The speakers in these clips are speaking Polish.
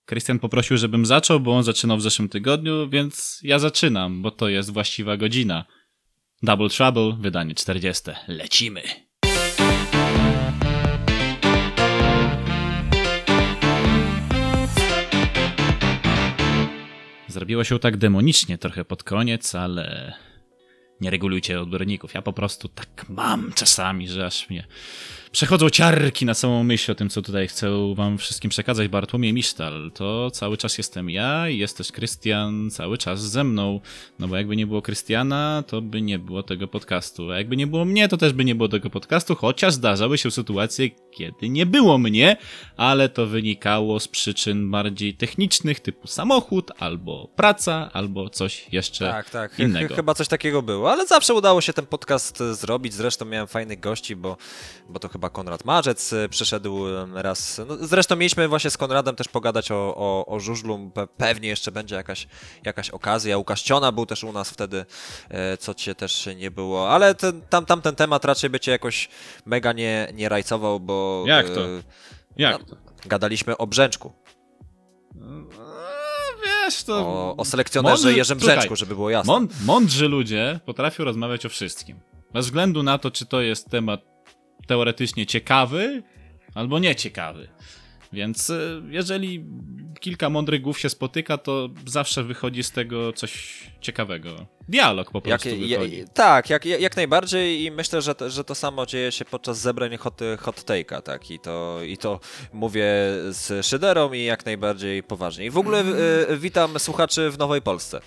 Krystian poprosił, żebym zaczął, bo on zaczynał w zeszłym tygodniu, więc ja zaczynam, bo to jest właściwa godzina. Double Trouble, wydanie 40. Lecimy! Zrobiło się tak demonicznie trochę pod koniec, ale nie regulujcie odbiorników. Ja po prostu tak mam czasami, że aż mnie przechodzą ciarki na samą myśl o tym, co tutaj chcę wam wszystkim przekazać. Bartłomiej Misztal, to cały czas jestem ja i jest też Krystian cały czas ze mną. No bo jakby nie było Krystiana, to by nie było tego podcastu. A jakby nie było mnie, to też by nie było tego podcastu, chociaż zdarzały się sytuacje, kiedy nie było mnie, ale to wynikało z przyczyn bardziej technicznych, typu samochód, albo praca, albo coś jeszcze innego. Chyba coś takiego było, ale zawsze udało się ten podcast zrobić. Zresztą miałem fajnych gości, bo to chyba Konrad Marzec przyszedł raz. No, zresztą mieliśmy właśnie z Konradem też pogadać o żużlu. Pewnie jeszcze będzie jakaś okazja. Łukasz Ciona był też u nas wtedy, co cię też nie było. Ale tamten temat raczej by cię jakoś mega nie rajcował, bo... Jak to? Jak to? Gadaliśmy o Brzęczku. Wiesz, to... O selekcjonerze Jerzym Brzęczku, żeby było jasne. Mądrzy ludzie potrafią rozmawiać o wszystkim. Bez względu na to, czy to jest temat teoretycznie ciekawy, albo nieciekawy. Więc jeżeli kilka mądrych głów się spotyka, to zawsze wychodzi z tego coś ciekawego. Dialog po prostu wychodzi. Tak, jak najbardziej i myślę, że to samo dzieje się podczas zebrań hot take'a, tak? I to mówię z szyderą i jak najbardziej poważnie. I w ogóle witam słuchaczy w Nowej Polsce.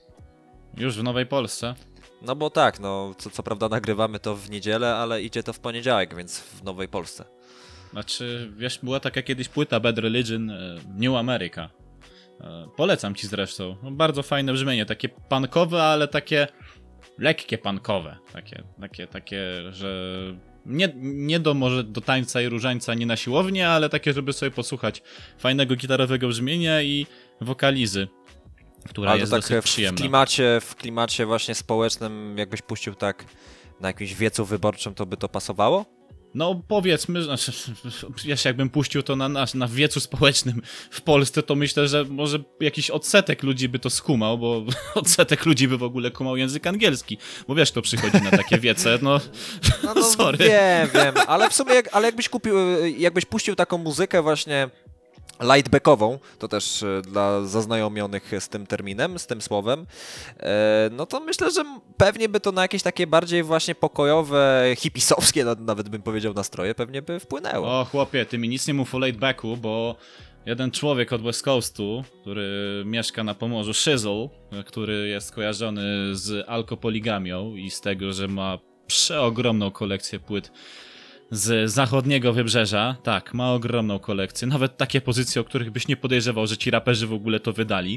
Już w Nowej Polsce? No bo tak, co prawda nagrywamy to w niedzielę, ale idzie to w poniedziałek, więc w Nowej Polsce. Znaczy, wiesz, była taka kiedyś płyta Bad Religion, New America. Polecam ci zresztą. No, bardzo fajne brzmienie, takie punkowe, ale takie lekkie punkowe. Takie, że nie może do tańca i różańca, nie na siłownię, ale takie, żeby sobie posłuchać fajnego gitarowego brzmienia i wokalizy, która jest tak dosyć przyjemna. W klimacie właśnie społecznym, jakbyś puścił tak na jakimś wiecu wyborczym, to by to pasowało? No powiedzmy, znaczy, jakbym puścił to na wiecu społecznym w Polsce, to myślę, że może jakiś odsetek ludzi by to skumał, bo odsetek ludzi by w ogóle kumał język angielski, bo wiesz, kto przychodzi na takie wiece, no sorry. Wiem, ale w sumie, jakbyś puścił taką muzykę właśnie lightbackową, to też dla zaznajomionych z tym terminem, z tym słowem, no to myślę, że pewnie by to na jakieś takie bardziej właśnie pokojowe, hipisowskie nawet bym powiedział nastroje, pewnie by wpłynęło. O chłopie, ty mi nic nie mów o lightbacku, bo jeden człowiek od West Coastu, który mieszka na Pomorzu, Shizzle, który jest kojarzony z alkopoligamią i z tego, że ma przeogromną kolekcję płyt z zachodniego wybrzeża, tak, ma ogromną kolekcję, nawet takie pozycje, o których byś nie podejrzewał, że ci raperzy w ogóle to wydali,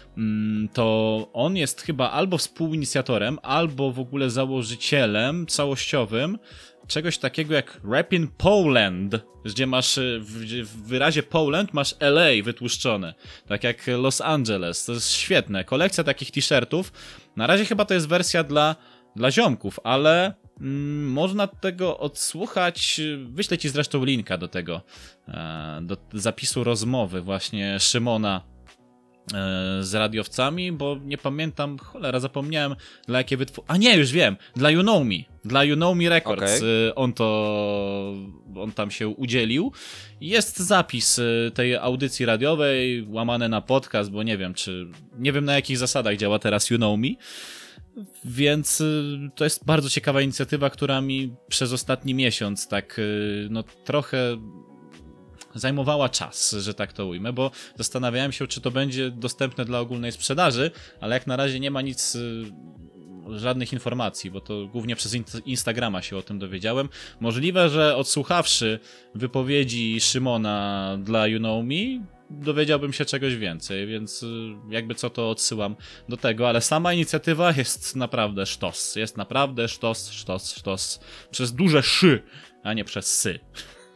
to on jest chyba albo współinicjatorem, albo w ogóle założycielem całościowym czegoś takiego jak Rap in Poland, gdzie masz w wyrazie Poland masz LA wytłuszczone, tak jak Los Angeles, to jest świetne, kolekcja takich t-shirtów, na razie chyba to jest wersja dla ziomków, ale można tego odsłuchać, wyślę ci zresztą linka do tego, do zapisu rozmowy właśnie Szymona z radiowcami, bo nie pamiętam, cholera, zapomniałem dla jakie a nie, już wiem, dla You Know Me Records, okay. On tam się udzielił. Jest zapis tej audycji radiowej, łamane na podcast, bo nie wiem na jakich zasadach działa teraz You Know Me. Więc to jest bardzo ciekawa inicjatywa, która mi przez ostatni miesiąc tak trochę zajmowała czas, że tak to ujmę, bo zastanawiałem się, czy to będzie dostępne dla ogólnej sprzedaży, ale jak na razie nie ma nic, żadnych informacji, bo to głównie przez Instagrama się o tym dowiedziałem. Możliwe, że odsłuchawszy wypowiedzi Szymona dla You Know Me, dowiedziałbym się czegoś więcej, więc jakby co to odsyłam do tego, ale sama inicjatywa jest naprawdę sztos. Jest naprawdę sztos. Przez duże szy, a nie przez sy.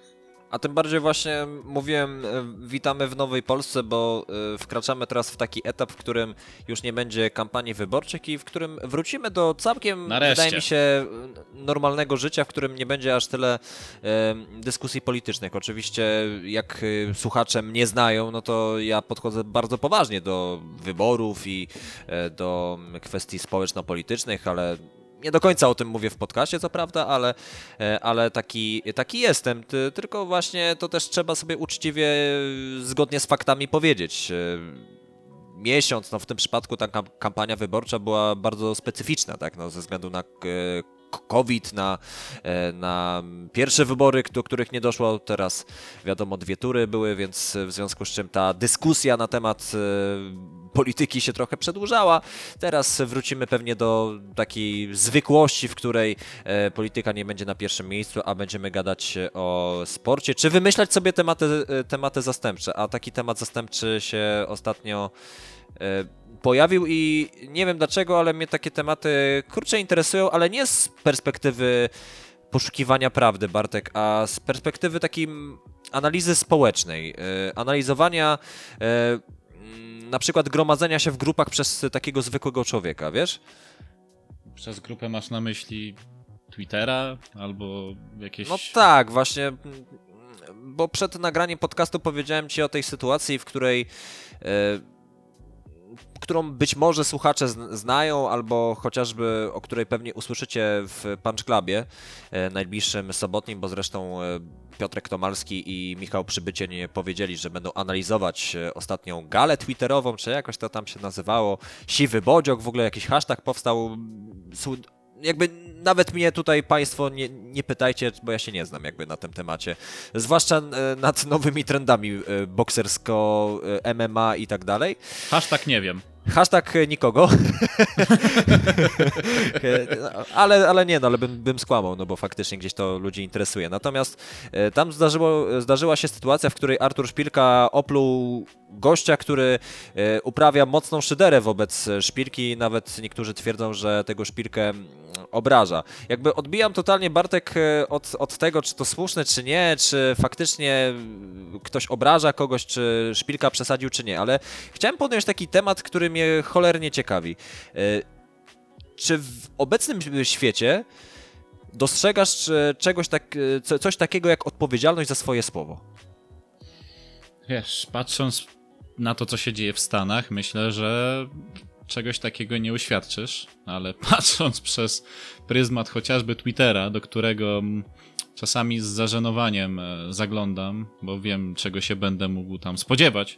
A tym bardziej właśnie mówiłem, witamy w nowej Polsce, bo wkraczamy teraz w taki etap, w którym już nie będzie kampanii wyborczych i w którym wrócimy do całkiem, Nareszcie. wydaje mi się, normalnego życia, w którym nie będzie aż tyle dyskusji politycznych. Oczywiście jak słuchacze mnie znają, no to ja podchodzę bardzo poważnie do wyborów i do kwestii społeczno-politycznych, ale nie do końca o tym mówię w podcaście, co prawda, ale taki jestem. Tylko właśnie to też trzeba sobie uczciwie, zgodnie z faktami powiedzieć. Miesiąc, no w tym przypadku ta kampania wyborcza była bardzo specyficzna, tak, no, ze względu na COVID, na pierwsze wybory, do których nie doszło. Teraz wiadomo, 2 tury były, więc w związku z czym ta dyskusja na temat polityki się trochę przedłużała. Teraz wrócimy pewnie do takiej zwykłości, w której polityka nie będzie na pierwszym miejscu, a będziemy gadać o sporcie, czy wymyślać sobie tematy zastępcze. A taki temat zastępczy się ostatnio pojawił i nie wiem dlaczego, ale mnie takie tematy kurczę interesują, ale nie z perspektywy poszukiwania prawdy, Bartek, a z perspektywy takiej analizy społecznej, analizowania na przykład gromadzenia się w grupach przez takiego zwykłego człowieka, wiesz? Przez grupę masz na myśli Twittera albo jakieś... No tak, właśnie, bo przed nagraniem podcastu powiedziałem Ci o tej sytuacji, w której którą być może słuchacze znają, albo chociażby o której pewnie usłyszycie w Punch Clubie najbliższym sobotnim, bo zresztą Piotrek Tomalski i Michał Przybycień powiedzieli, że będą analizować ostatnią galę twitterową, czy jakoś to tam się nazywało, Siwy Bodziok, w ogóle jakiś hashtag powstał, jakby nawet mnie tutaj państwo nie pytajcie, bo ja się nie znam jakby na tym temacie, zwłaszcza nad nowymi trendami boksersko, MMA i tak dalej. Hashtag nie wiem. Hashtag nikogo. ale nie, no, ale bym skłamał, no bo faktycznie gdzieś to ludzi interesuje. Natomiast tam zdarzyła się sytuacja, w której Artur Szpilka opluł gościa, który uprawia mocną szyderę wobec Szpilki. Nawet niektórzy twierdzą, że tego Szpilkę obraża. Jakby odbijam totalnie, Bartek, od tego, czy to słuszne, czy nie, czy faktycznie ktoś obraża kogoś, czy Szpilka przesadził, czy nie, ale chciałem podjąć taki temat, który mnie cholernie ciekawi. Czy w obecnym świecie dostrzegasz coś takiego jak odpowiedzialność za swoje słowo? Wiesz, patrząc na to, co się dzieje w Stanach, myślę, że czegoś takiego nie uświadczysz, ale patrząc przez pryzmat chociażby Twittera, do którego czasami z zażenowaniem zaglądam, bo wiem, czego się będę mógł tam spodziewać,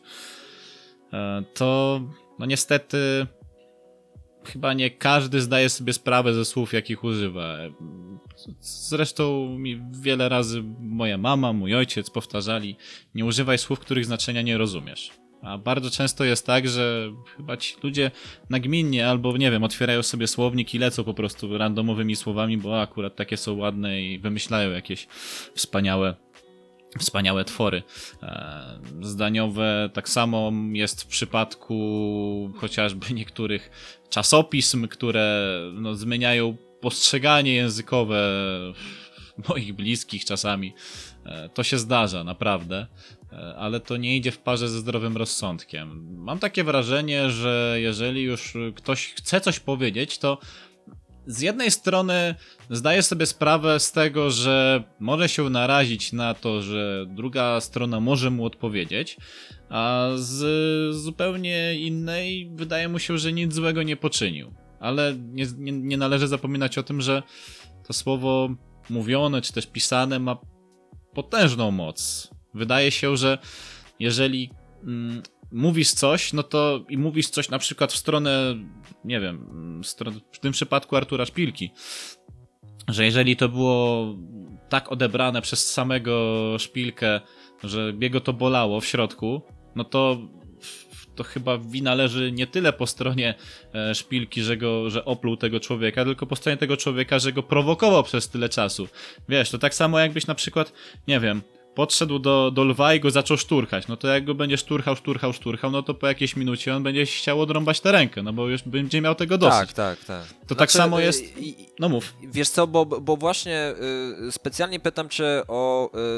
to no niestety chyba nie każdy zdaje sobie sprawę ze słów, jakich używa. Zresztą mi wiele razy moja mama, mój ojciec powtarzali: nie używaj słów, których znaczenia nie rozumiesz. A bardzo często jest tak, że chyba ci ludzie nagminnie albo, nie wiem, otwierają sobie słownik i lecą po prostu randomowymi słowami, bo akurat takie są ładne i wymyślają jakieś wspaniałe twory zdaniowe. Tak samo jest w przypadku chociażby niektórych czasopism, które no, zmieniają postrzeganie językowe moich bliskich czasami. To się zdarza, naprawdę, ale to nie idzie w parze ze zdrowym rozsądkiem. Mam takie wrażenie, że jeżeli już ktoś chce coś powiedzieć, to z jednej strony zdaje sobie sprawę z tego, że może się narazić na to, że druga strona może mu odpowiedzieć, a z zupełnie innej wydaje mu się, że nic złego nie poczynił. Ale nie należy zapominać o tym, że to słowo mówione czy też pisane ma potężną moc. Wydaje się, że jeżeli mówisz coś, no to i mówisz coś na przykład w stronę, nie wiem, w tym przypadku Artura Szpilki, że jeżeli to było tak odebrane przez samego Szpilkę, że jego to bolało w środku, no to chyba wina leży nie tyle po stronie Szpilki, że opluł tego człowieka, tylko po stronie tego człowieka, że go prowokował przez tyle czasu. Wiesz, to tak samo jakbyś na przykład, nie wiem, podszedł do lwa i go zaczął szturchać. No to jak go będzie szturchał, no to po jakiejś minucie on będzie chciał odrąbać tę rękę, no bo już będzie miał tego dosyć. Tak. To znaczy, tak samo jest... No mów. Wiesz co, bo właśnie specjalnie pytam cię o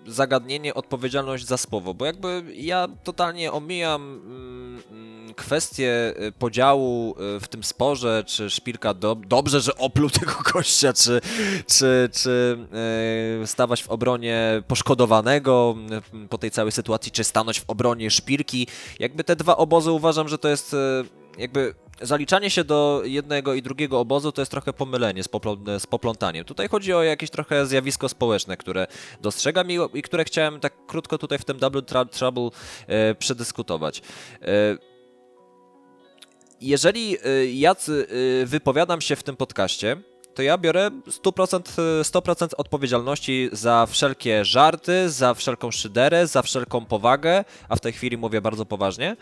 zagadnienie odpowiedzialność za słowo, bo jakby ja totalnie omijam kwestię podziału w tym sporze, czy Szpilka dobrze, że opluł tego gościa, czy stawać w obronie poszkodowanego po tej całej sytuacji, czy stanąć w obronie Szpilki. Jakby te dwa obozy uważam, że to jest jakby zaliczanie się do jednego i drugiego obozu to jest trochę pomylenie z poplątaniem. Tutaj chodzi o jakieś trochę zjawisko społeczne, które dostrzegam i które chciałem tak krótko tutaj w tym Double Trouble przedyskutować. Jeżeli ja wypowiadam się w tym podcaście, to ja biorę 100% odpowiedzialności za wszelkie żarty, za wszelką szyderę, za wszelką powagę, a w tej chwili mówię bardzo poważnie.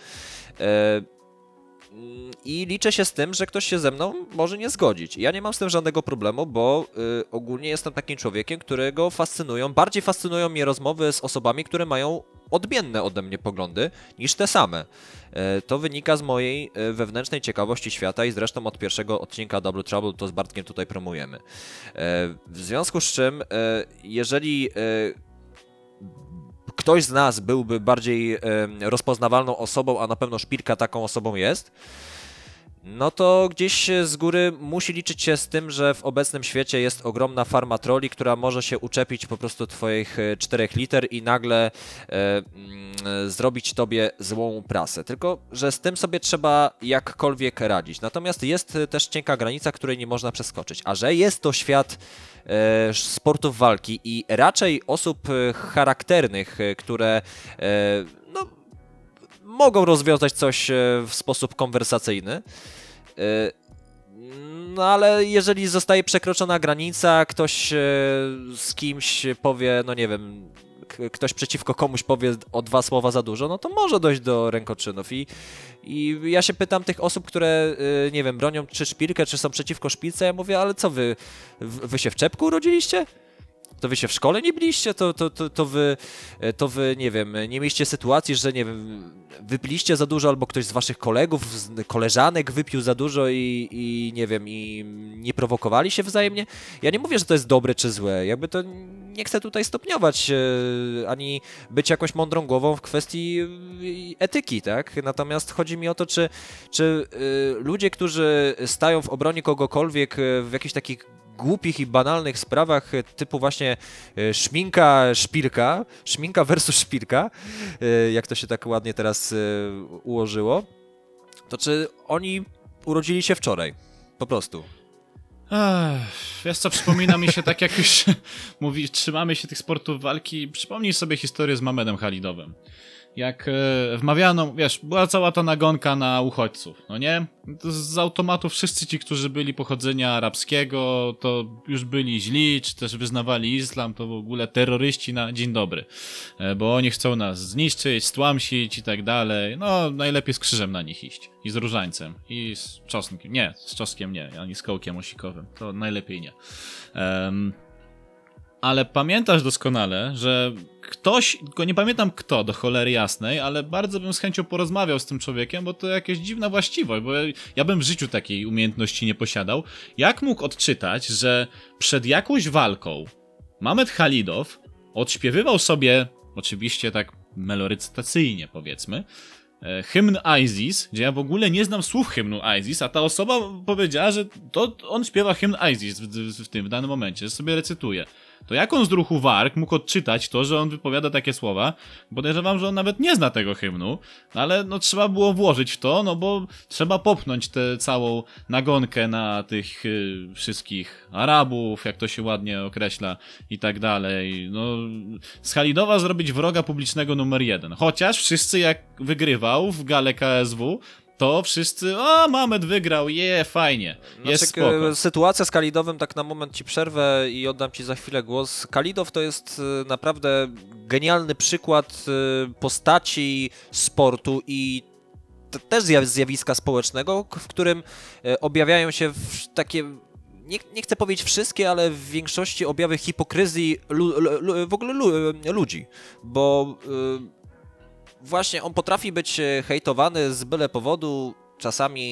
I liczę się z tym, że ktoś się ze mną może nie zgodzić. Ja nie mam z tym żadnego problemu, bo ogólnie jestem takim człowiekiem, którego bardziej fascynują mnie rozmowy z osobami, które mają odmienne ode mnie poglądy niż te same. To wynika z mojej wewnętrznej ciekawości świata i zresztą od pierwszego odcinka Double Trouble to z Bartkiem tutaj promujemy. W związku z czym, jeżeli ktoś z nas byłby bardziej rozpoznawalną osobą, a na pewno Szpilka taką osobą jest, no to gdzieś z góry musi liczyć się z tym, że w obecnym świecie jest ogromna farma trolli, która może się uczepić po prostu twoich 4 liter i nagle zrobić tobie złą prasę. Tylko że z tym sobie trzeba jakkolwiek radzić. Natomiast jest też cienka granica, której nie można przeskoczyć. A że jest to świat sportów walki i raczej osób charakternych, które no, mogą rozwiązać coś w sposób konwersacyjny. No ale jeżeli zostaje przekroczona granica, ktoś z kimś powie, no nie wiem, ktoś przeciwko komuś powie o 2 słowa za dużo, no to może dojść do rękoczynów. I ja się pytam tych osób, które, nie wiem, bronią czy Szpilkę, czy są przeciwko Szpilce, ja mówię, ale co wy się w czepku urodziliście? To wy się w szkole nie byliście? To wy, nie wiem, nie mieliście sytuacji, że, nie wiem, wypiliście za dużo albo ktoś z waszych kolegów, koleżanek wypił za dużo i nie wiem, i nie prowokowali się wzajemnie? Ja nie mówię, że to jest dobre czy złe, jakby to nie chcę tutaj stopniować, ani być jakąś mądrą głową w kwestii etyki, tak? Natomiast chodzi mi o to, czy ludzie, którzy stają w obronie kogokolwiek w jakichś takich głupich i banalnych sprawach typu właśnie szminka versus Szpilka, jak to się tak ładnie teraz ułożyło, to czy oni urodzili się wczoraj? Po prostu. Wiesz co, przypomina mi się tak jak już mówi, trzymamy się tych sportów walki, przypomnij sobie historię z Mamedem Khalidowem. Jak wmawiano, wiesz, była cała ta nagonka na uchodźców, no nie? To z automatu wszyscy ci, którzy byli pochodzenia arabskiego, to już byli źli, czy też wyznawali islam, to w ogóle terroryści na dzień dobry. Bo oni chcą nas zniszczyć, stłamsić i tak dalej. No, najlepiej z krzyżem na nich iść. I z różańcem. I z czosnkiem. Nie, z czosnkiem nie, ani z kołkiem osikowym. To najlepiej nie. Ale pamiętasz doskonale, że ktoś, tylko nie pamiętam kto, do cholery jasnej, ale bardzo bym z chęcią porozmawiał z tym człowiekiem, bo to jakaś dziwna właściwość, bo ja bym w życiu takiej umiejętności nie posiadał. Jak mógł odczytać, że przed jakąś walką Mamed Khalidow odśpiewywał sobie, oczywiście tak melorecytacyjnie powiedzmy, hymn ISIS, gdzie ja w ogóle nie znam słów hymnu ISIS, a ta osoba powiedziała, że to on śpiewa hymn ISIS w danym momencie, że sobie recytuje. To jak on z ruchu warg mógł odczytać to, że on wypowiada takie słowa? Podejrzewam, że on nawet nie zna tego hymnu, ale no trzeba było włożyć w to, no bo trzeba popchnąć tę całą nagonkę na tych wszystkich Arabów, jak to się ładnie określa i tak dalej. No, z Khalidowa zrobić wroga publicznego numer 1. Chociaż wszyscy jak wygrywał w gale KSW, to wszyscy, Mamed wygrał, fajnie, jest spoko. Sytuacja z Khalidowem, tak na moment ci przerwę i oddam ci za chwilę głos. Khalidow to jest naprawdę genialny przykład postaci sportu i też zjawiska społecznego, w którym objawiają się takie, nie chcę powiedzieć wszystkie, ale w większości objawy hipokryzji w ogóle ludzi, bo właśnie on potrafi być hejtowany z byle powodu, czasami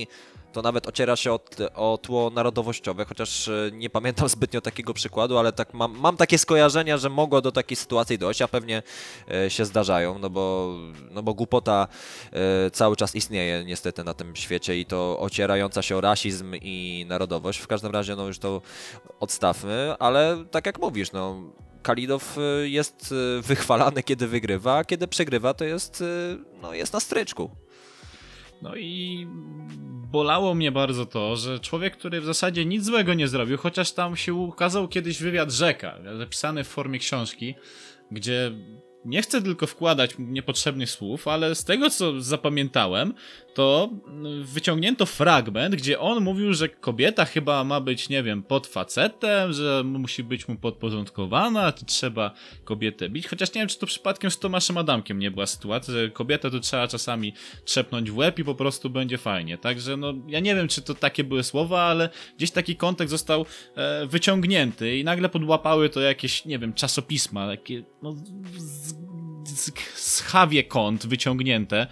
to nawet ociera się o tło narodowościowe, chociaż nie pamiętam zbytnio takiego przykładu, ale tak mam takie skojarzenia, że mogło do takiej sytuacji dojść, a pewnie się zdarzają, no bo głupota cały czas istnieje niestety na tym świecie i to ocierająca się o rasizm i narodowość. W każdym razie no już to odstawmy, ale tak jak mówisz, no Kalidow jest wychwalany, kiedy wygrywa, a kiedy przegrywa, to jest na stryczku. No i bolało mnie bardzo to, że człowiek, który w zasadzie nic złego nie zrobił, chociaż tam się ukazał kiedyś wywiad Rzeka, zapisany w formie książki, gdzie nie chcę tylko wkładać niepotrzebnych słów, ale z tego, co zapamiętałem, to wyciągnięto fragment, gdzie on mówił, że kobieta chyba ma być, nie wiem, pod facetem, że musi być mu podporządkowana, czy trzeba kobietę bić. Chociaż nie wiem, czy to przypadkiem z Tomaszem Adamkiem nie była sytuacja, że kobietę to trzeba czasami trzepnąć w łeb i po prostu będzie fajnie. Także no, ja nie wiem, czy to takie były słowa, ale gdzieś taki kontekst został wyciągnięty i nagle podłapały to jakieś, nie wiem, czasopisma, takie no, schawie kąt wyciągnięte.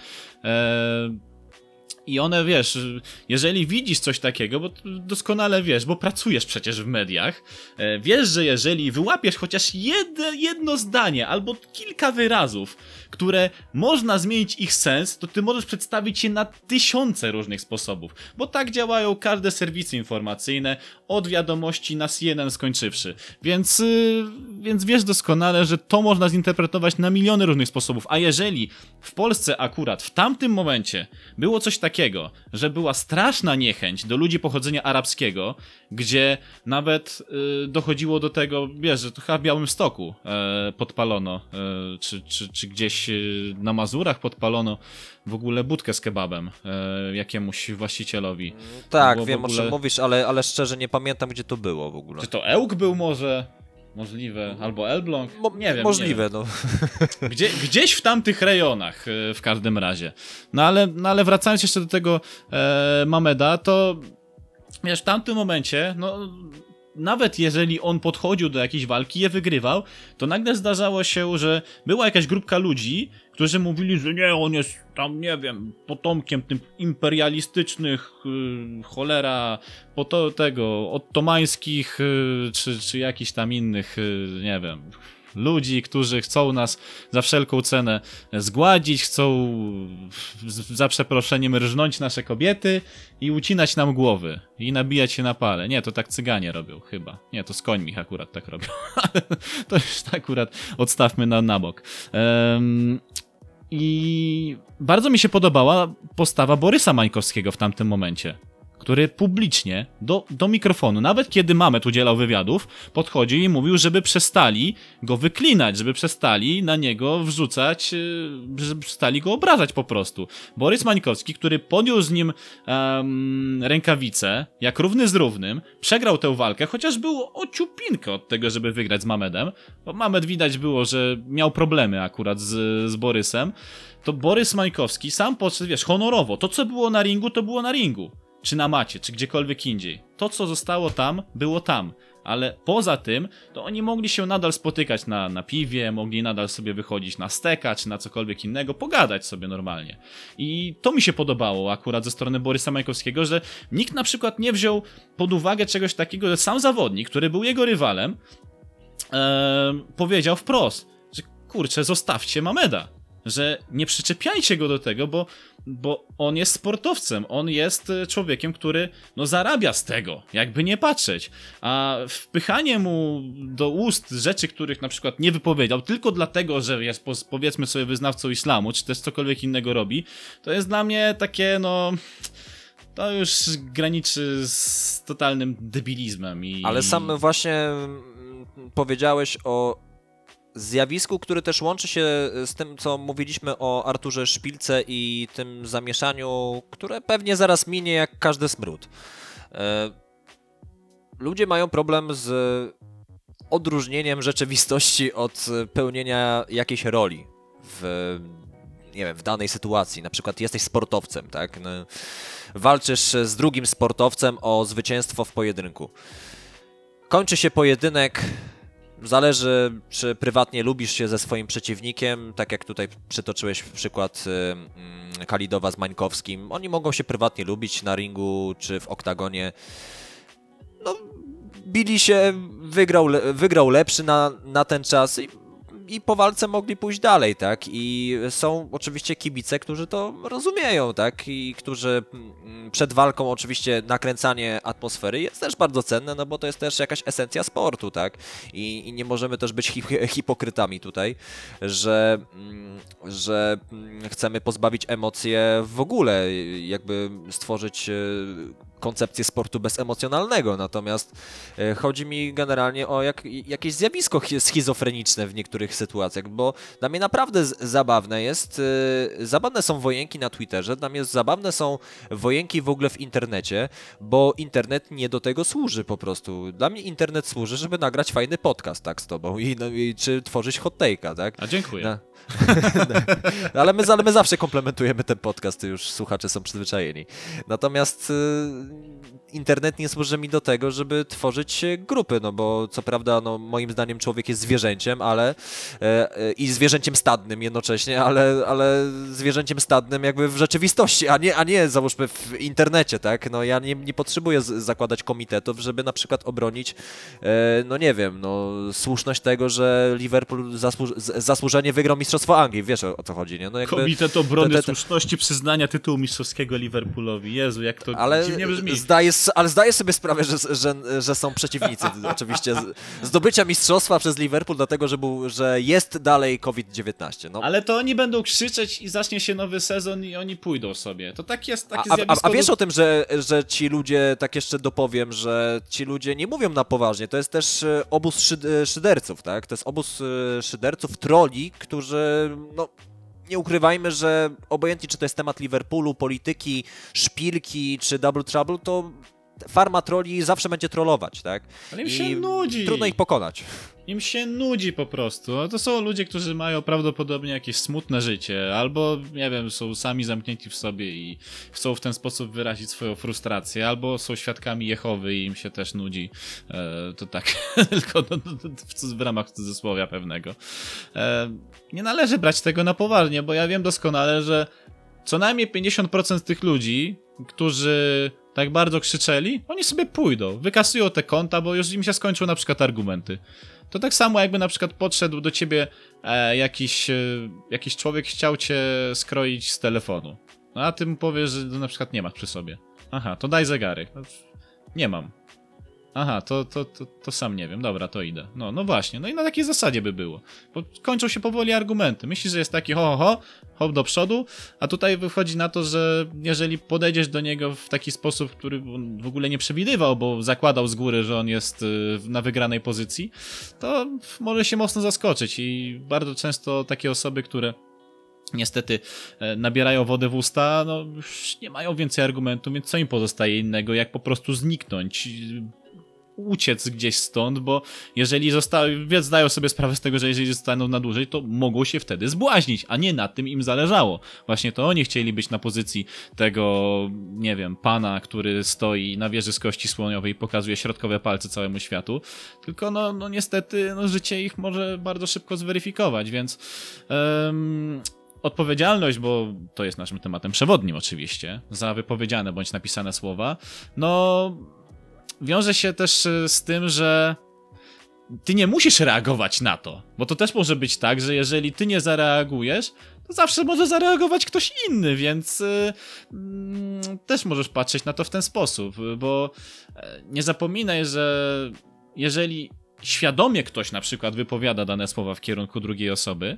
I one, wiesz, jeżeli widzisz coś takiego, bo doskonale wiesz, bo pracujesz przecież w mediach, wiesz, że jeżeli wyłapiesz chociaż jedno zdanie albo kilka wyrazów, które można zmienić ich sens, to ty możesz przedstawić je na tysiące różnych sposobów, bo tak działają każde serwisy informacyjne, od wiadomości na CNN skończywszy. Więc wiesz doskonale, że to można zinterpretować na miliony różnych sposobów, a jeżeli w Polsce akurat w tamtym momencie było coś takiego, że była straszna niechęć do ludzi pochodzenia arabskiego, gdzie nawet dochodziło do tego, wiesz, że to chyba w Białymstoku podpalono, czy gdzieś na Mazurach podpalono w ogóle budkę z kebabem jakiemuś właścicielowi. Tak, wiem o czym mówisz, ale szczerze nie pamiętam, gdzie to było w ogóle. Czy to Ełk był może? Możliwe. Albo Elbląg? Nie wiem. Możliwe, nie wiem. no. Gdzieś w tamtych rejonach w każdym razie. No ale wracając jeszcze do tego Mameda, to wiesz, w tamtym momencie, no nawet jeżeli on podchodził do jakiejś walki i je wygrywał, to nagle zdarzało się, że była jakaś grupka ludzi, którzy mówili, że nie, on jest tam, nie wiem, potomkiem tym imperialistycznych, cholera, tego, ottomańskich, czy jakichś tam innych, nie wiem, ludzi, którzy chcą nas za wszelką cenę zgładzić, chcą za przeproszeniem rżnąć nasze kobiety i ucinać nam głowy i nabijać się na pale. Nie, to tak Cyganie robią chyba. Nie, to z końmi już tak robią. To już akurat odstawmy na bok. I bardzo mi się podobała postawa Borysa Mańkowskiego w tamtym momencie, który publicznie do mikrofonu, nawet kiedy Mamet udzielał wywiadów, podchodził i mówił, żeby przestali go wyklinać, żeby przestali na niego wrzucać, żeby przestali go obrażać po prostu. Borys Mańkowski, który podjął z nim rękawice, jak równy z równym, przegrał tę walkę, chociaż było o ciupinkę od tego, żeby wygrać z Mamedem, bo Mamed widać było, że miał problemy akurat z Borysem, to Borys Mańkowski sam podszedł, wiesz, honorowo, to co było na ringu, to było na ringu. Czy na macie, czy gdziekolwiek indziej. To, co zostało tam, było tam. Ale poza tym, to oni mogli się nadal spotykać na piwie, mogli nadal sobie wychodzić na steka, czy na cokolwiek innego, pogadać sobie normalnie. I to mi się podobało akurat ze strony Borysa Mańkowskiego, że nikt na przykład nie wziął pod uwagę czegoś takiego, że sam zawodnik, który był jego rywalem, powiedział wprost, że kurczę, zostawcie Mameda. Że nie przyczepiajcie go do tego, bo on jest sportowcem, on jest człowiekiem, który no zarabia z tego, jakby nie patrzeć, a wpychanie mu do ust rzeczy, których na przykład nie wypowiedział, tylko dlatego, że jest powiedzmy sobie wyznawcą islamu, czy też cokolwiek innego robi, to jest dla mnie takie no... To już graniczy z totalnym debilizmem. Ale sam właśnie powiedziałeś o zjawisku, który też łączy się z tym, co mówiliśmy o Arturze Szpilce i tym zamieszaniu, które pewnie zaraz minie jak każdy smród. Ludzie mają problem z odróżnieniem rzeczywistości od pełnienia jakiejś roli w danej sytuacji. Na przykład jesteś sportowcem, tak? No, walczysz z drugim sportowcem o zwycięstwo w pojedynku. Kończy się pojedynek. Zależy, czy prywatnie lubisz się ze swoim przeciwnikiem, tak jak tutaj przytoczyłeś przykład Kalidowa z Mańkowskim. Oni mogą się prywatnie lubić na ringu czy w oktagonie. No, bili się, wygrał lepszy na ten czas i po walce mogli pójść dalej, tak? I są oczywiście kibice, którzy to rozumieją, tak? I którzy przed walką oczywiście nakręcanie atmosfery jest też bardzo cenne, no bo to jest też jakaś esencja sportu, tak? I nie możemy też być hipokrytami tutaj, że chcemy pozbawić emocje w ogóle, jakby stworzyć koncepcję sportu bezemocjonalnego, natomiast chodzi mi generalnie o jakieś zjawisko schizofreniczne w niektórych sytuacjach, bo dla mnie naprawdę zabawne są wojenki na Twitterze, dla mnie zabawne są wojenki w ogóle w internecie, bo internet nie do tego służy po prostu. Dla mnie internet służy, żeby nagrać fajny podcast, tak, z tobą czy tworzyć hot take'a, tak? A dziękuję. Ale my zawsze komplementujemy ten podcast, już słuchacze są przyzwyczajeni. Natomiast internet nie służy mi do tego, żeby tworzyć grupy, no bo co prawda, no moim zdaniem człowiek jest zwierzęciem, ale i zwierzęciem stadnym jednocześnie, ale zwierzęciem stadnym jakby w rzeczywistości, a nie załóżmy w internecie, tak? No ja nie potrzebuję zakładać komitetów, żeby na przykład obronić, no nie wiem, no słuszność tego, że Liverpool zasłużenie wygrał Mistrzostwo Anglii, wiesz o co chodzi, nie? No jakby, Komitet Obrony Słuszności przyznania tytułu mistrzowskiego Liverpoolowi. Jezu, jak to dziwnie brzmi. Ale zdaję sobie sprawę, że są przeciwnicy oczywiście zdobycia mistrzostwa przez Liverpool, dlatego że jest dalej COVID-19. No. Ale to oni będą krzyczeć i zacznie się nowy sezon i oni pójdą sobie. To tak jest takie zjawisko. A wiesz o tym, że ci ludzie, tak jeszcze dopowiem, że ci ludzie nie mówią na poważnie. To jest też obóz szyderców, tak? To jest obóz szyderców, troli, którzy, no nie ukrywajmy, że obojętnie czy to jest temat Liverpoolu, polityki, szpilki czy Double Trouble, to farma troli zawsze będzie trollować, tak? Ale im się nudzi. Trudno ich pokonać. Im się nudzi po prostu. A to są ludzie, którzy mają prawdopodobnie jakieś smutne życie, albo, nie wiem, są sami zamknięci w sobie i chcą w ten sposób wyrazić swoją frustrację, albo są świadkami Jehowy i im się też nudzi. To tak, tylko w ramach cudzysłowia pewnego. Nie należy brać tego na poważnie, bo ja wiem doskonale, że co najmniej 50% tych ludzi, którzy tak bardzo krzyczeli, oni sobie pójdą, wykasują te konta, bo już im się skończą na przykład argumenty. To tak samo jakby na przykład podszedł do ciebie jakiś człowiek, chciał cię skroić z telefonu. No a ty mu powiesz, że na przykład nie masz przy sobie. Aha, to daj zegarek. No, nie mam. Aha, to sam nie wiem. Dobra, to idę. No właśnie. No i na takiej zasadzie by było. Bo kończą się powoli argumenty. Myślisz, że jest taki hop do przodu, a tutaj wychodzi na to, że jeżeli podejdziesz do niego w taki sposób, który on w ogóle nie przewidywał, bo zakładał z góry, że on jest na wygranej pozycji, to może się mocno zaskoczyć i bardzo często takie osoby, które niestety nabierają wodę w usta, no już nie mają więcej argumentów, więc co im pozostaje innego, jak po prostu zniknąć, uciec gdzieś stąd, bo jeżeli zdają sobie sprawę z tego, że jeżeli zostaną na dłużej, to mogą się wtedy zbłaźnić, a nie na tym im zależało. Właśnie to oni chcieli być na pozycji tego, nie wiem, pana, który stoi na wieży z kości słoniowej i pokazuje środkowe palce całemu światu, tylko no niestety życie ich może bardzo szybko zweryfikować, więc odpowiedzialność, bo to jest naszym tematem przewodnim oczywiście, za wypowiedziane bądź napisane słowa, no wiąże się też z tym, że ty nie musisz reagować na to, bo to też może być tak, że jeżeli ty nie zareagujesz, to zawsze może zareagować ktoś inny, więc też możesz patrzeć na to w ten sposób, bo nie zapominaj, że jeżeli świadomie ktoś na przykład wypowiada dane słowa w kierunku drugiej osoby,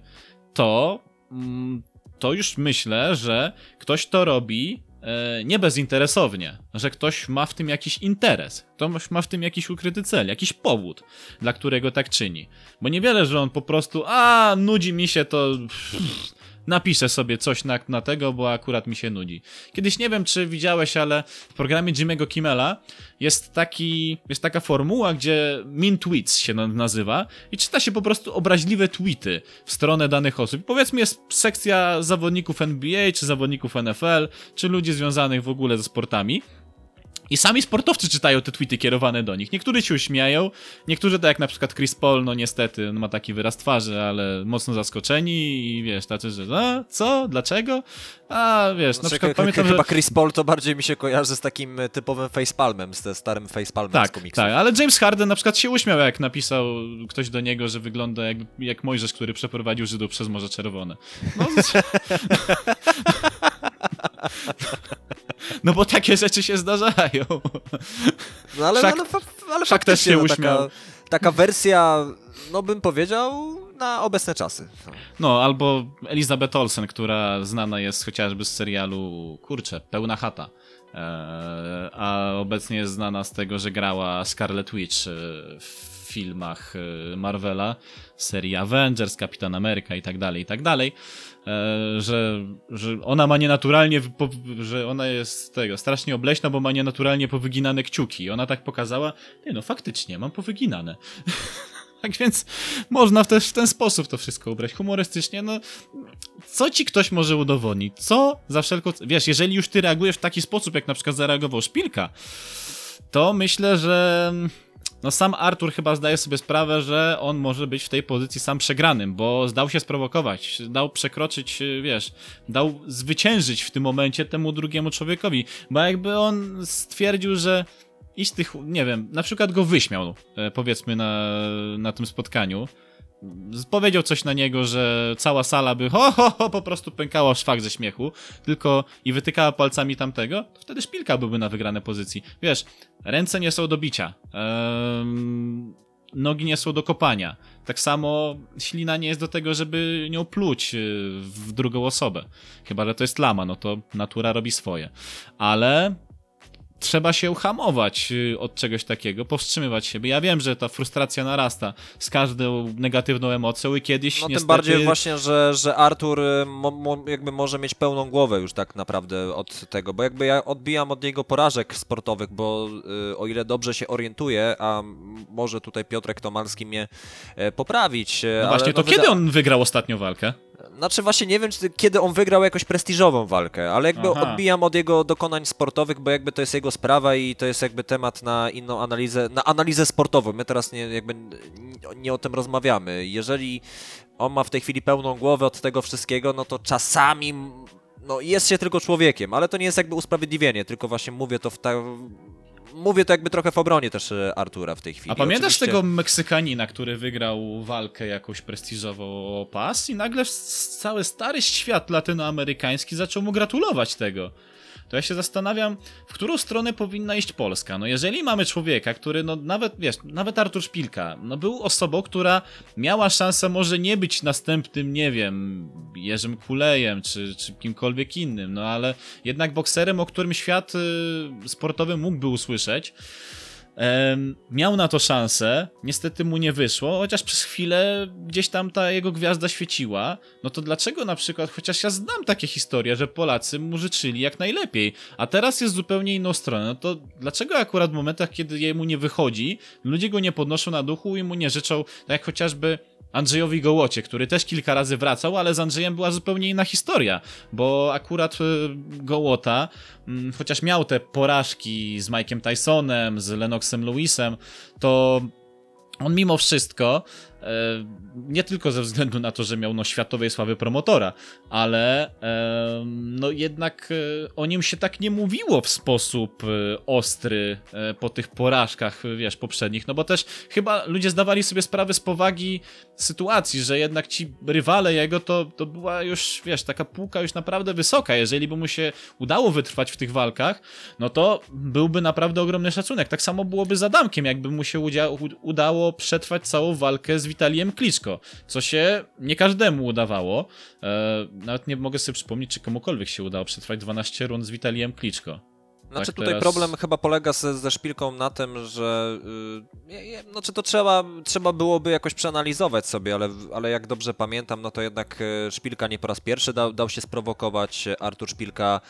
to już myślę, że ktoś to robi nie bezinteresownie, że ktoś ma w tym jakiś interes, ktoś ma w tym jakiś ukryty cel, jakiś powód, dla którego tak czyni. Bo niewiele, że on po prostu, nudzi mi się to, napiszę sobie coś na tego, bo akurat mi się nudzi. Kiedyś nie wiem, czy widziałeś, ale w programie Jimmy'ego Kimmela jest taka formuła, gdzie mean tweets się nazywa i czyta się po prostu obraźliwe tweety w stronę danych osób. Powiedzmy jest sekcja zawodników NBA, czy zawodników NFL, czy ludzi związanych w ogóle ze sportami. I sami sportowcy czytają te tweety kierowane do nich. Niektórzy się uśmieją, niektórzy, tak jak na przykład Chris Paul, no niestety, on ma taki wyraz twarzy, ale mocno zaskoczeni i wiesz, tacy, że co? Dlaczego? A wiesz, na przykład pamiętam, że... Chyba Chris Paul to bardziej mi się kojarzy z takim typowym facepalmem, ze starym facepalmem z komiksów. Tak, ale James Harden na przykład się uśmiał, jak napisał ktoś do niego, że wygląda jak Mojżesz, który przeprowadził Żydów przez Morze Czerwone. No, no bo takie rzeczy się zdarzają. No ale Szak też się uśmiał. Taka wersja, no bym powiedział, na obecne czasy. No, albo Elizabeth Olsen, która znana jest chociażby z serialu, Pełna chata. A obecnie jest znana z tego, że grała Scarlet Witch w filmach Marvela, serii Avengers, Kapitan Ameryka i tak dalej, że ona ma nienaturalnie, że ona jest strasznie obleśna, bo ma nienaturalnie powyginane kciuki. I ona tak pokazała, no faktycznie, mam powyginane. Tak więc można też w ten sposób to wszystko ubrać humorystycznie, no co ci ktoś może udowodnić? Co za wszelką... Wiesz, jeżeli już ty reagujesz w taki sposób, jak na przykład zareagował Szpilka, to myślę, że no sam Artur chyba zdaje sobie sprawę, że on może być w tej pozycji sam przegranym, bo zdał się sprowokować, dał przekroczyć, wiesz, dał zwyciężyć w tym momencie temu drugiemu człowiekowi, bo jakby on stwierdził, że iść tych, nie wiem, na przykład go wyśmiał, powiedzmy na tym spotkaniu, powiedział coś na niego, że cała sala by po prostu pękała w szwach ze śmiechu, tylko i wytykała palcami tamtego, to wtedy Szpilka byłby na wygranej pozycji. Wiesz, ręce nie są do bicia, nogi nie są do kopania. Tak samo ślina nie jest do tego, żeby nią pluć w drugą osobę. Chyba że to jest lama, no to natura robi swoje. Ale trzeba się hamować od czegoś takiego, powstrzymywać siebie. Ja wiem, że ta frustracja narasta z każdą negatywną emocją i kiedyś no niestety... tym bardziej właśnie, że Artur jakby może mieć pełną głowę już tak naprawdę od tego, bo jakby ja odbijam od niego porażek sportowych, bo o ile dobrze się orientuję, a może tutaj Piotrek Tomalski mnie poprawić. No właśnie, to kiedy on wygrał ostatnią walkę? Znaczy właśnie nie wiem, kiedy on wygrał jakąś prestiżową walkę, ale jakby odbijam od jego dokonań sportowych, bo jakby to jest jego sprawa i to jest jakby temat na inną analizę, na analizę sportową. My teraz nie o tym rozmawiamy. Jeżeli on ma w tej chwili pełną głowę od tego wszystkiego, no to czasami no jest się tylko człowiekiem, ale to nie jest jakby usprawiedliwienie, tylko właśnie mówię to jakby trochę w obronie też Artura w tej chwili. A pamiętasz tego Meksykanina, który wygrał walkę jakąś prestiżową o pas i nagle cały stary świat latynoamerykański zaczął mu gratulować tego. To ja się zastanawiam, w którą stronę powinna iść Polska. No jeżeli mamy człowieka, który, no nawet, wiesz, nawet Artur Szpilka, no był osobą, która miała szansę może nie być następnym, nie wiem, Jerzym Kulejem, czy kimkolwiek innym, no ale jednak bokserem, o którym świat sportowy mógłby usłyszeć. Miał na to szansę, niestety mu nie wyszło, chociaż przez chwilę gdzieś tam ta jego gwiazda świeciła, no to dlaczego na przykład, chociaż ja znam takie historie, że Polacy mu życzyli jak najlepiej, a teraz jest zupełnie inną stronę, no to dlaczego akurat w momentach, kiedy jemu nie wychodzi, ludzie go nie podnoszą na duchu i mu nie życzą, tak jak chociażby Andrzejowi Gołocie, który też kilka razy wracał, ale z Andrzejem była zupełnie inna historia, bo akurat Gołota, chociaż miał te porażki z Mike'em Tysonem, z Lennoxem Lewisem, to on mimo wszystko, nie tylko ze względu na to, że miał światowej sławy promotora, ale no jednak o nim się tak nie mówiło w sposób ostry po tych porażkach, wiesz, poprzednich, no bo też chyba ludzie zdawali sobie sprawę z powagi sytuacji, że jednak ci rywale jego to była już, wiesz, taka półka już naprawdę wysoka. Jeżeli by mu się udało wytrwać w tych walkach, no to byłby naprawdę ogromny szacunek. Tak samo byłoby z Adamkiem, jakby mu się udało przetrwać całą walkę z Witalijem Kliczko, co się nie każdemu udawało. Nawet nie mogę sobie przypomnieć, czy komukolwiek się udało przetrwać 12 rund z Witalijem Kliczko. Znaczy tak tutaj teraz... problem chyba polega ze Szpilką na tym, że znaczy to trzeba byłoby jakoś przeanalizować sobie, ale jak dobrze pamiętam, no to jednak Szpilka nie po raz pierwszy dał się sprowokować. Artur Szpilka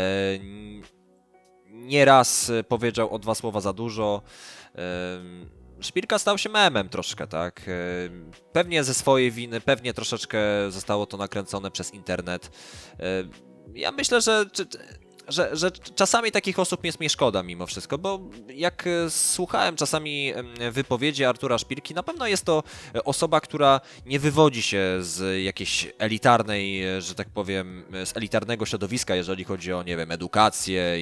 nieraz powiedział o 2 słowa za dużo. Szpilka stał się memem troszkę, tak? Pewnie ze swojej winy, pewnie troszeczkę zostało to nakręcone przez internet. Ja myślę, że że czasami takich osób jest mi szkoda mimo wszystko, bo jak słuchałem czasami wypowiedzi Artura Szpilki, na pewno jest to osoba, która nie wywodzi się z jakiejś elitarnej, że tak powiem, z elitarnego środowiska, jeżeli chodzi o, nie wiem, edukację.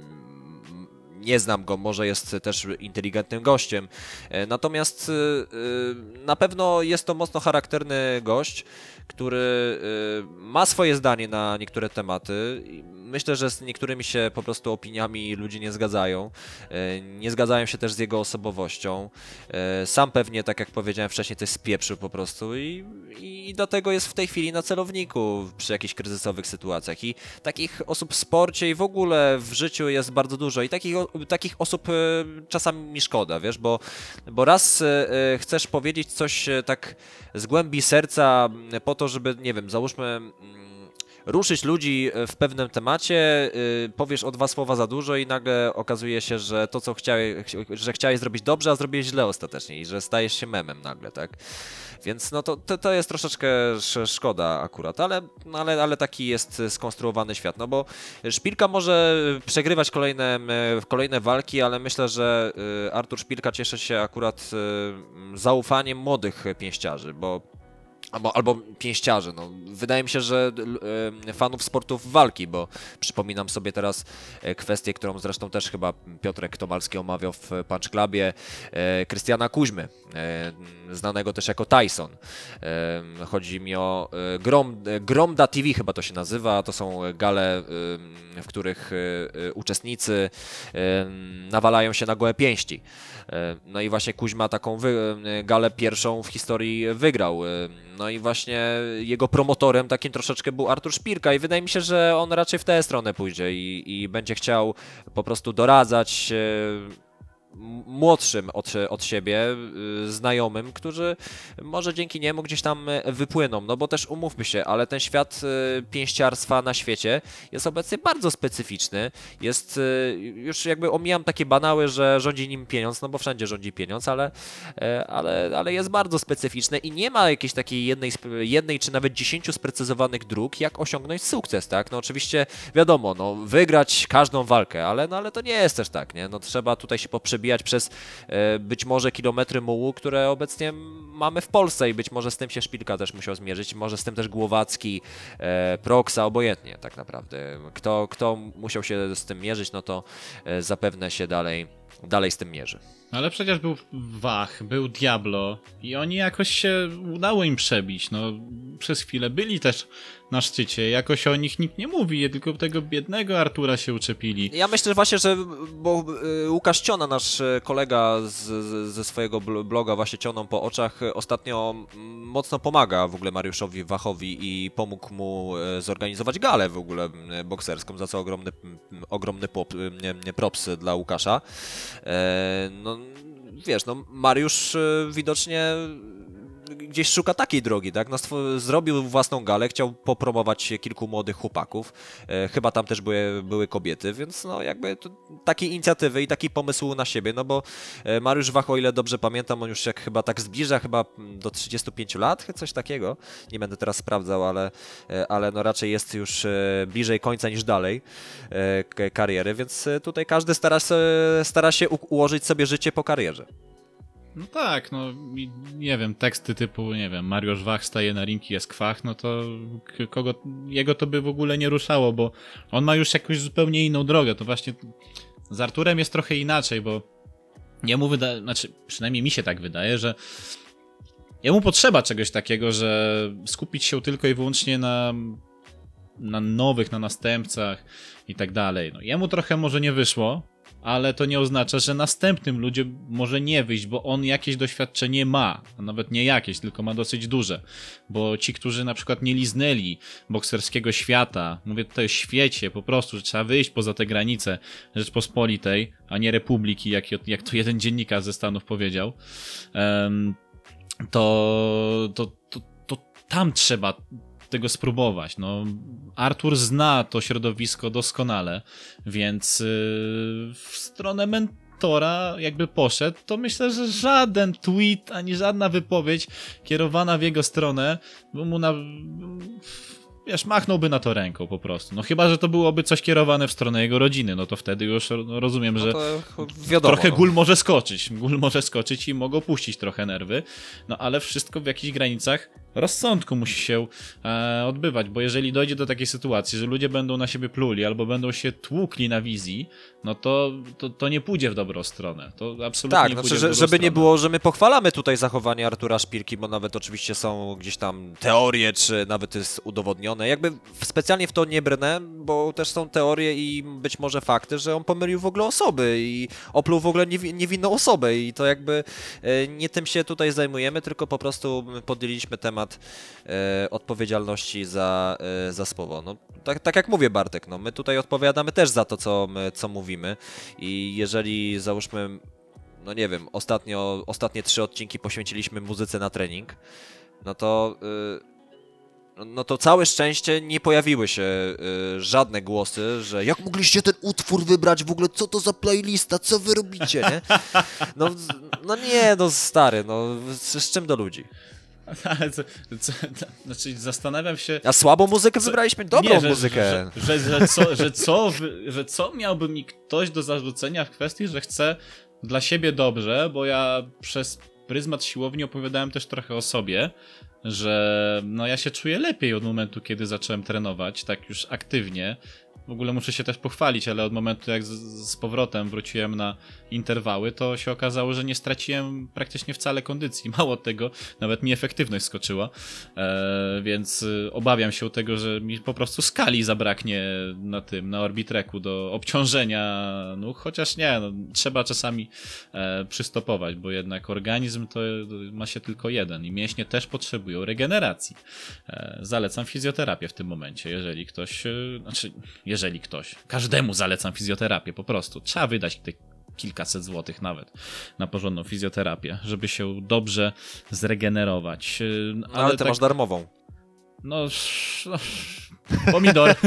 Nie znam go, może jest też inteligentnym gościem. Natomiast na pewno jest to mocno charakterny gość, który ma swoje zdanie na niektóre tematy. Myślę, że z niektórymi się po prostu opiniami ludzie nie zgadzają. Nie zgadzają się też z jego osobowością. Sam pewnie, tak jak powiedziałem wcześniej, coś spieprzył po prostu i dlatego jest w tej chwili na celowniku przy jakichś kryzysowych sytuacjach. I takich osób w sporcie i w ogóle w życiu jest bardzo dużo i takich osób czasami mi szkoda, wiesz, bo raz chcesz powiedzieć coś tak z głębi serca po to, żeby, nie wiem, załóżmy ruszyć ludzi w pewnym temacie, powiesz o 2 słowa za dużo i nagle okazuje się, że to, co chciałeś zrobić dobrze, a zrobiłeś źle ostatecznie i że stajesz się memem nagle, tak? Więc no to jest troszeczkę szkoda akurat, ale taki jest skonstruowany świat, no bo Szpilka może przegrywać kolejne walki, ale myślę, że Artur Szpilka cieszy się akurat zaufaniem młodych pięściarzy, albo pięściarzy. No. Wydaje mi się, że fanów sportów walki, bo przypominam sobie teraz kwestię, którą zresztą też chyba Piotrek Tomalski omawiał w Punch Clubie, Krystiana Kuźmy, znanego też jako Tyson. Chodzi mi o Gromda TV chyba to się nazywa, to są gale, w których uczestnicy nawalają się na gołe pięści. No i właśnie Kuźma taką galę pierwszą w historii wygrał. No i właśnie jego promotorem takim troszeczkę był Artur Szpilka i wydaje mi się, że on raczej w tę stronę pójdzie i będzie chciał po prostu doradzać młodszym od siebie znajomym, którzy może dzięki niemu gdzieś tam wypłyną, no bo też umówmy się, ale ten świat pięściarstwa na świecie jest obecnie bardzo specyficzny, jest, już jakby omijam takie banały, że rządzi nim pieniądz, no bo wszędzie rządzi pieniądz, ale jest bardzo specyficzne i nie ma jakiejś takiej jednej czy nawet 10 sprecyzowanych dróg, jak osiągnąć sukces, tak? No oczywiście wiadomo, no wygrać każdą walkę, ale to nie jest też tak, nie? No trzeba tutaj się poprzebijać przez być może kilometry mułu, które obecnie mamy w Polsce i być może z tym się Szpilka też musiał zmierzyć, może z tym też Głowacki, Proksa, obojętnie tak naprawdę. Kto musiał się z tym mierzyć, no to zapewne się dalej z tym mierzy. Ale przecież był Wach, był Diablo i oni jakoś się udało im przebić, no przez chwilę byli też na szczycie, jakoś o nich nikt nie mówi, tylko tego biednego Artura się uczepili. Ja myślę właśnie, że bo Łukasz Ciona, nasz kolega ze swojego bloga właśnie Cioną po oczach, ostatnio mocno pomaga w ogóle Mariuszowi Wachowi i pomógł mu zorganizować galę w ogóle bokserską, za co ogromny props dla Łukasza. No wiesz, no Mariusz widocznie gdzieś szuka takiej drogi, tak? No, zrobił własną galę, chciał popromować kilku młodych chłopaków, chyba tam też były kobiety, więc no jakby takiej inicjatywy i taki pomysł na siebie, no bo Mariusz Wach, o ile dobrze pamiętam, on już się chyba tak zbliża chyba do 35 lat, coś takiego, nie będę teraz sprawdzał, ale no raczej jest już bliżej końca niż dalej kariery, więc tutaj każdy stara się ułożyć sobie życie po karierze. No tak, no nie wiem, teksty typu, nie wiem, Mariusz Wach staje na ring i jest kwach, no to jego to by w ogóle nie ruszało, bo on ma już jakąś zupełnie inną drogę, to właśnie z Arturem jest trochę inaczej, bo jemu znaczy przynajmniej mi się tak wydaje, że jemu potrzeba czegoś takiego, że skupić się tylko i wyłącznie na nowych, na następcach i tak dalej. No jemu trochę może nie wyszło, ale to nie oznacza, że następnym ludziom może nie wyjść, bo on jakieś doświadczenie ma, a nawet nie jakieś, tylko ma dosyć duże, bo ci, którzy na przykład nie liznęli bokserskiego świata, mówię tutaj o świecie po prostu, że trzeba wyjść poza te granice Rzeczpospolitej, a nie Republiki, jak to jeden dziennikarz ze Stanów powiedział, to tam trzeba tego spróbować. No, Artur zna to środowisko doskonale, więc w stronę mentora jakby poszedł, to myślę, że żaden tweet, ani żadna wypowiedź kierowana w jego stronę by mu wiesz, machnąłby na to ręką po prostu. No chyba, że to byłoby coś kierowane w stronę jego rodziny, no to wtedy już rozumiem, że to wiadomo, trochę gól może skoczyć i mogą puścić trochę nerwy, no ale wszystko w jakichś granicach rozsądku musi się odbywać, bo jeżeli dojdzie do takiej sytuacji, że ludzie będą na siebie pluli albo będą się tłukli na wizji, no to nie pójdzie w dobrą stronę. To absolutnie tak, nie znaczy, pójdzie w dobrą żeby stronę. nie było, że my pochwalamy tutaj zachowanie Artura Szpilki, bo nawet oczywiście są gdzieś tam teorie, czy nawet jest udowodnione. Jakby specjalnie w to nie brnę, bo też są teorie i być może fakty, że on pomylił w ogóle osoby i opluł w ogóle niewinną osobę i to jakby nie tym się tutaj zajmujemy, tylko po prostu podjęliśmy temat odpowiedzialności za słowo. No, tak jak mówię, Bartek, no, my tutaj odpowiadamy też za to, co mówimy i jeżeli załóżmy, no nie wiem, ostatnie 3 odcinki poświęciliśmy muzyce na trening, no to całe szczęście nie pojawiły się żadne głosy, że jak mogliście ten utwór wybrać w ogóle, co to za playlista, co wy robicie, nie? No nie, no stary, no z czym do ludzi? Ale znaczy zastanawiam się... A słabą muzykę wybraliśmy? Dobrą muzykę. Że co miałby mi ktoś do zarzucenia w kwestii, że chce dla siebie dobrze, bo ja przez pryzmat siłowni opowiadałem też trochę o sobie, że no ja się czuję lepiej od momentu, kiedy zacząłem trenować, tak już aktywnie. W ogóle muszę się też pochwalić, ale od momentu jak z powrotem wróciłem na interwały, to się okazało, że nie straciłem praktycznie wcale kondycji. Mało tego, nawet mi efektywność skoczyła, więc obawiam się tego, że mi po prostu skali zabraknie na Orbitreku do obciążenia, no chociaż nie, no, trzeba czasami przystopować, bo jednak organizm to ma się tylko jeden i mięśnie też potrzebują regeneracji. Zalecam fizjoterapię w tym momencie, każdemu zalecam fizjoterapię po prostu. Trzeba wydać te kilkaset złotych nawet na porządną fizjoterapię, żeby się dobrze zregenerować. Ale ty tak... masz darmową. No pomidor.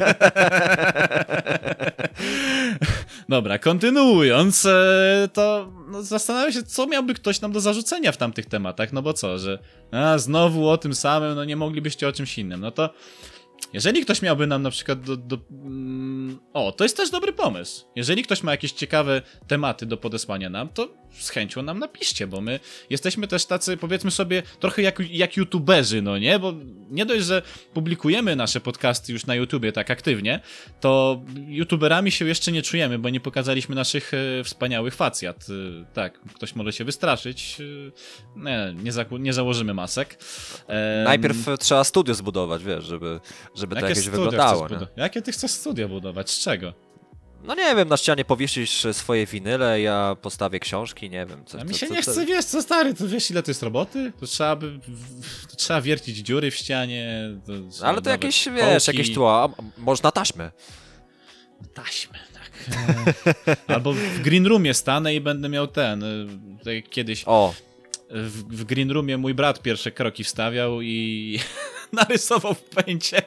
Dobra, kontynuując, to zastanawiam się, co miałby ktoś nam do zarzucenia w tamtych tematach, no bo co, że znowu o tym samym, no nie moglibyście o czymś innym, no to jeżeli ktoś miałby nam na przykład to jest też dobry pomysł. Jeżeli ktoś ma jakieś ciekawe tematy do podesłania nam, to z chęcią nam napiszcie, bo my jesteśmy też tacy, powiedzmy sobie, trochę jak youtuberzy, no nie? Bo nie dość, że publikujemy nasze podcasty już na YouTubie tak aktywnie, to youtuberami się jeszcze nie czujemy, bo nie pokazaliśmy naszych wspaniałych facjat. Tak, ktoś może się wystraszyć. Nie założymy masek. Najpierw trzeba studio zbudować, wiesz, żeby to jakoś wyglądało. Jakie ty chcesz studia budować? Z czego? No nie wiem, na ścianie powiesisz swoje winyle, ja postawię książki, nie wiem. A mi się nie chce, wiesz co stary, to wiesz ile to jest roboty? To trzeba wiercić dziury w ścianie. Ale to jakieś, wiesz, jakieś tła, można taśmę. Taśmę, tak. Albo w green roomie stanę i będę miał tak jak kiedyś. W green roomie mój brat pierwsze kroki wstawiał i narysował w pęcie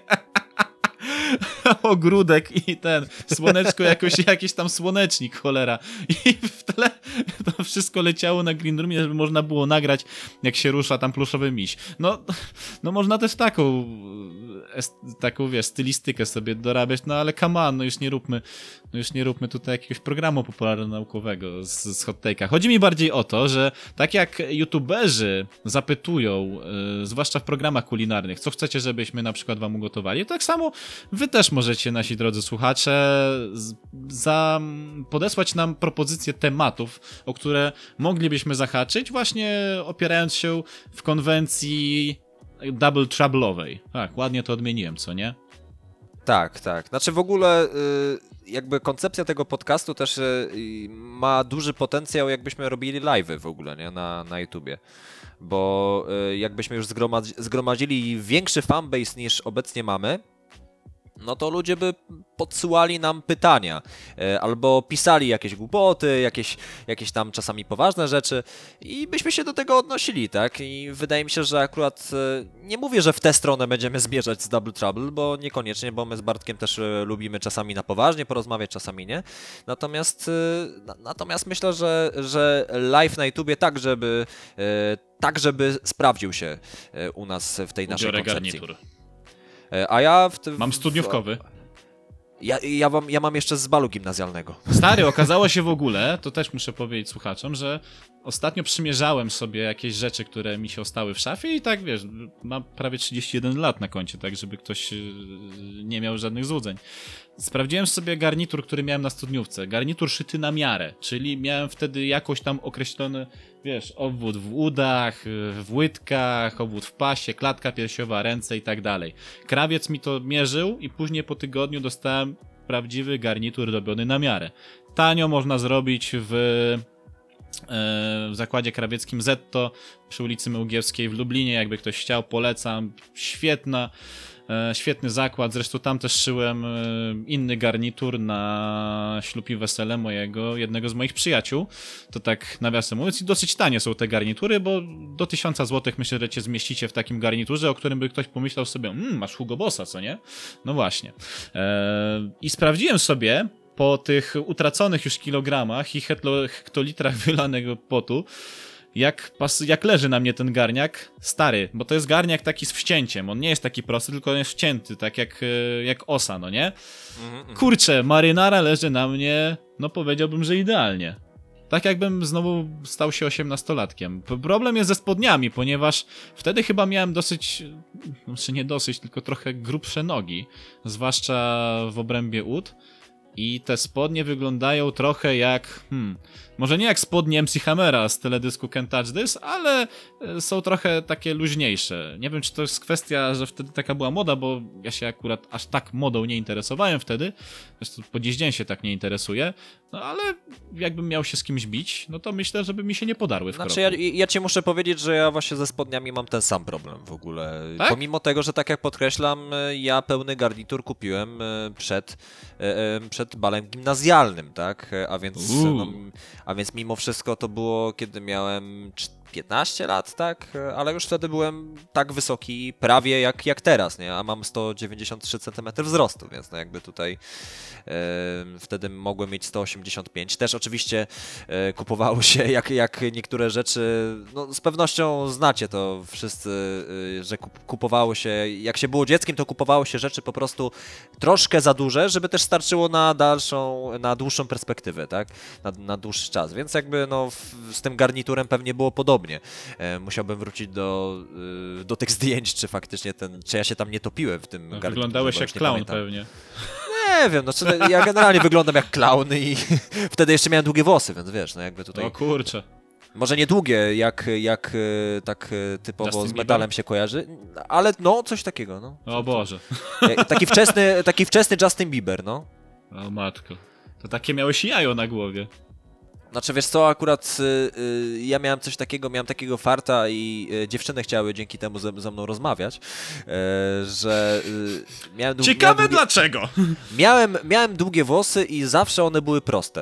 ogródek i słoneczko jakiś tam słonecznik, cholera. I w tle to wszystko leciało na green roomie, żeby można było nagrać, jak się rusza tam pluszowy miś. No można też taką, wiesz, stylistykę sobie dorabiać, no ale come on, no już nie róbmy tutaj jakiegoś programu popularno-naukowego z hot take'a. Chodzi mi bardziej o to, że tak jak youtuberzy zapytują, zwłaszcza w programach kulinarnych, co chcecie, żebyśmy na przykład wam ugotowali, to tak samo wy też możecie, nasi drodzy słuchacze, podesłać nam propozycje tematów, o które moglibyśmy zahaczyć, właśnie opierając się w konwencji Double Trouble'owej. Tak, ładnie to odmieniłem, co nie? Tak. Znaczy w ogóle jakby koncepcja tego podcastu też ma duży potencjał, jakbyśmy robili live'y w ogóle, nie? Na YouTubie. Bo jakbyśmy już zgromadzili większy fanbase niż obecnie mamy, no to ludzie by podsyłali nam pytania, albo pisali jakieś głupoty, jakieś tam czasami poważne rzeczy i byśmy się do tego odnosili, tak? I wydaje mi się, że akurat nie mówię, że w tę stronę będziemy zmierzać z Double Trouble, bo niekoniecznie, bo my z Bartkiem też lubimy czasami na poważnie porozmawiać, czasami nie. Natomiast myślę, że live na YouTubie tak, żeby sprawdził się u nas w tej naszej koncepcji. Garnitur. A ja... Mam studniówkowy. Ja mam jeszcze z balu gimnazjalnego. Stary, okazało się w ogóle, to też muszę powiedzieć słuchaczom, że ostatnio przymierzałem sobie jakieś rzeczy, które mi się ostały w szafie i tak, wiesz, mam prawie 31 lat na koncie, tak żeby ktoś nie miał żadnych złudzeń. Sprawdziłem sobie garnitur, który miałem na studniówce. Garnitur szyty na miarę, czyli miałem wtedy jakoś tam określony, wiesz, obwód w udach, w łydkach, obwód w pasie, klatka piersiowa, ręce i tak dalej. Krawiec mi to mierzył i później po tygodniu dostałem prawdziwy garnitur robiony na miarę. Tanio można zrobić w zakładzie krawieckim Zetto przy ulicy Mełgiewskiej w Lublinie, jakby ktoś chciał, polecam. Świetny zakład, zresztą tam też szyłem inny garnitur na ślub i wesele jednego z moich przyjaciół. To tak nawiasem mówiąc i dosyć tanie są te garnitury, bo do 1000 zł myślę, że cię zmieścicie w takim garniturze, o którym by ktoś pomyślał sobie, masz Hugo Bossa, co nie? No właśnie. I sprawdziłem sobie po tych utraconych już kilogramach i hektolitrach wylanego potu, jak leży na mnie ten garniak, stary, bo to jest garniak taki z wcięciem, on nie jest taki prosty, tylko on jest wcięty, tak jak osa, no nie? Kurczę, marynara leży na mnie, no powiedziałbym, że idealnie. Tak jakbym znowu stał się 18-latkiem. Problem jest ze spodniami, ponieważ wtedy chyba miałem dosyć, znaczy nie dosyć, tylko trochę grubsze nogi, zwłaszcza w obrębie ud. I te spodnie wyglądają trochę jak, może nie jak spodnie MC Hammera z teledysku Can't Touch This, ale są trochę takie luźniejsze. Nie wiem, czy to jest kwestia, że wtedy taka była moda, bo ja się akurat aż tak modą nie interesowałem wtedy, zresztą po dziś dzień się tak nie interesuję, no ale jakbym miał się z kimś bić, no to myślę, żeby mi się nie podarły w kroku. Ja ci muszę powiedzieć, że ja właśnie ze spodniami mam ten sam problem w ogóle. Tak? Pomimo tego, że tak jak podkreślam, ja pełny garnitur kupiłem przed balem gimnazjalnym, tak? A więc mimo wszystko to było, kiedy miałem 15 lat, tak? Ale już wtedy byłem tak wysoki prawie jak teraz, nie? A mam 193 cm wzrostu, więc no jakby tutaj wtedy mogłem mieć 185. Też oczywiście kupowało się jak niektóre rzeczy, no z pewnością znacie to wszyscy, że kupowało się, jak się było dzieckiem, to kupowało się rzeczy po prostu troszkę za duże, żeby też starczyło na dłuższą perspektywę, tak? Na dłuższy czas, więc jakby no z tym garniturem pewnie było podobnie. Musiałbym wrócić do tych zdjęć, czy faktycznie czy ja się tam nie topiłem w tym garniturze. Wyglądałeś jak klaun pewnie. Nie wiem, ja generalnie wyglądam jak klaun i wtedy jeszcze miałem długie włosy, więc wiesz, no jakby tutaj... O kurczę. Może nie długie, jak tak typowo Justin z metalem się kojarzy, ale no coś takiego, no. O Boże. Taki wczesny Justin Bieber, no. O matko. To takie miałeś jajo na głowie. Znaczy wiesz co, akurat ja miałem takiego farta i dziewczyny chciały dzięki temu ze mną rozmawiać, że miałem Ciekawe dlaczego! Miałem długie włosy i zawsze one były proste.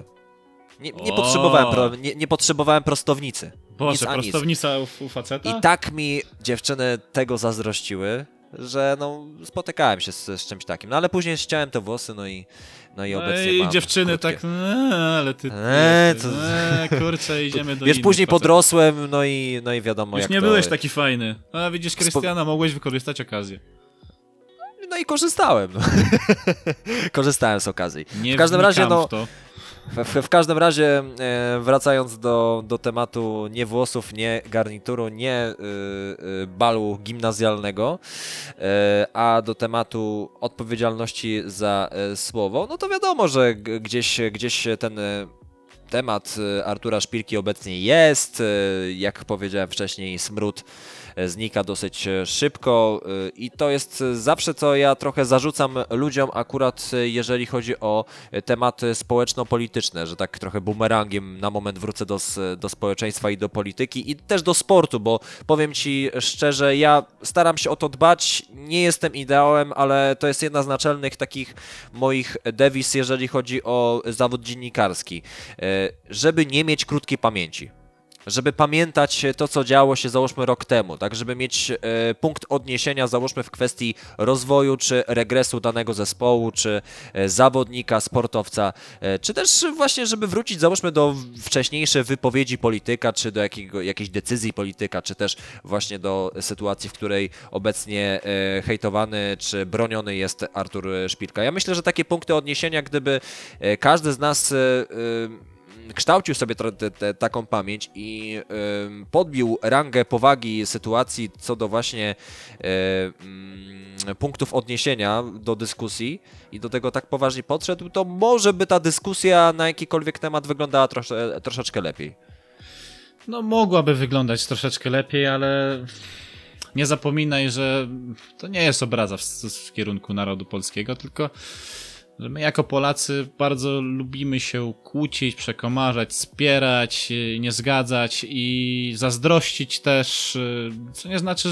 Nie potrzebowałem prostownicy. Boże, prostownica u faceta? I tak mi dziewczyny tego zazdrościły, że no spotykałem się z czymś takim. No ale później ściąłem te włosy, no i obecnie mam dziewczyny krótkie. tak, ale ty, kurczę, idziemy do Wiesz, innych później facetów. podrosłem, no i wiadomo Już jak nie to... byłeś taki fajny. A widzisz, Krystiana, mogłeś wykorzystać okazję. No i korzystałem. No. Korzystałem z okazji. Nie w każdym razie, no, w to. w każdym razie, wracając do tematu nie włosów, nie garnituru, nie balu gimnazjalnego, a do tematu odpowiedzialności za słowo, no to wiadomo, że gdzieś ten temat Artura Szpilki obecnie jest, jak powiedziałem wcześniej, smród znika dosyć szybko i to jest zawsze, co ja trochę zarzucam ludziom akurat, jeżeli chodzi o tematy społeczno-polityczne, że tak trochę bumerangiem na moment wrócę do społeczeństwa i do polityki i też do sportu, bo powiem Ci szczerze, ja staram się o to dbać, nie jestem ideałem, ale to jest jedna z naczelnych takich moich dewiz, jeżeli chodzi o zawód dziennikarski, żeby nie mieć krótkiej pamięci. żeby pamiętać to, co działo się załóżmy rok temu, tak, żeby mieć punkt odniesienia załóżmy w kwestii rozwoju czy regresu danego zespołu, czy zawodnika, sportowca, czy też właśnie, żeby wrócić załóżmy do wcześniejszej wypowiedzi polityka, czy do jakiejś decyzji polityka, czy też właśnie do sytuacji, w której obecnie hejtowany czy broniony jest Artur Szpilka. Ja myślę, że takie punkty odniesienia, gdyby każdy z nas kształcił sobie taką pamięć i podbił rangę powagi sytuacji co do właśnie punktów odniesienia do dyskusji i do tego tak poważnie podszedł, to może by ta dyskusja na jakikolwiek temat wyglądała troszeczkę lepiej. No mogłaby wyglądać troszeczkę lepiej, ale nie zapominaj, że to nie jest obraza w kierunku narodu polskiego, tylko że my jako Polacy bardzo lubimy się kłócić, przekomarzać, spierać, nie zgadzać i zazdrościć też, co nie znaczy,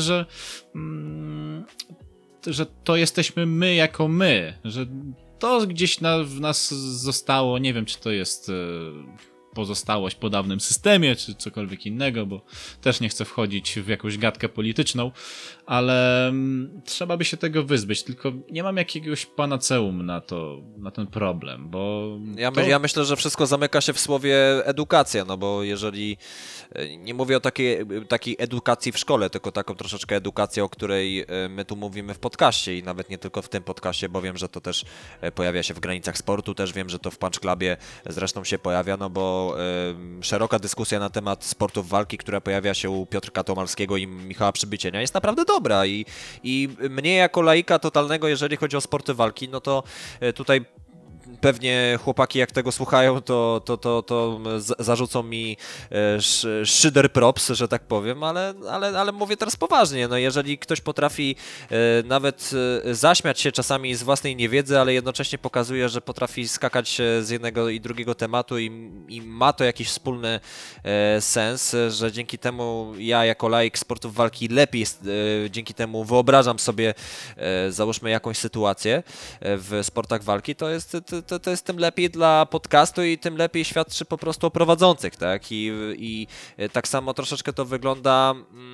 że to jesteśmy my jako my, że to gdzieś w nas zostało, nie wiem czy to jest pozostałość po dawnym systemie, czy cokolwiek innego, bo też nie chcę wchodzić w jakąś gadkę polityczną, ale trzeba by się tego wyzbyć, tylko nie mam jakiegoś panaceum na ten problem, bo... Ja myślę, że wszystko zamyka się w słowie edukacja, no bo jeżeli, nie mówię o takiej edukacji w szkole, tylko taką troszeczkę edukację, o której my tu mówimy w podcaście i nawet nie tylko w tym podcaście, bo wiem, że to też pojawia się w granicach sportu, też wiem, że to w Punch Clubie zresztą się pojawia, no bo szeroka dyskusja na temat sportów walki, która pojawia się u Piotrka Tomalskiego i Michała Przybycienia jest naprawdę dobra i mnie jako laika totalnego, jeżeli chodzi o sporty walki, no to tutaj pewnie chłopaki jak tego słuchają, to zarzucą mi szyder props, że tak powiem, ale mówię teraz poważnie, no jeżeli ktoś potrafi nawet zaśmiać się czasami z własnej niewiedzy, ale jednocześnie pokazuje, że potrafi skakać z jednego i drugiego tematu i ma to jakiś wspólny sens, że dzięki temu ja jako laik sportów walki lepiej dzięki temu wyobrażam sobie załóżmy jakąś sytuację w sportach walki, to jest tym lepiej dla podcastu i tym lepiej świadczy po prostu o prowadzących, tak? I tak samo troszeczkę to wygląda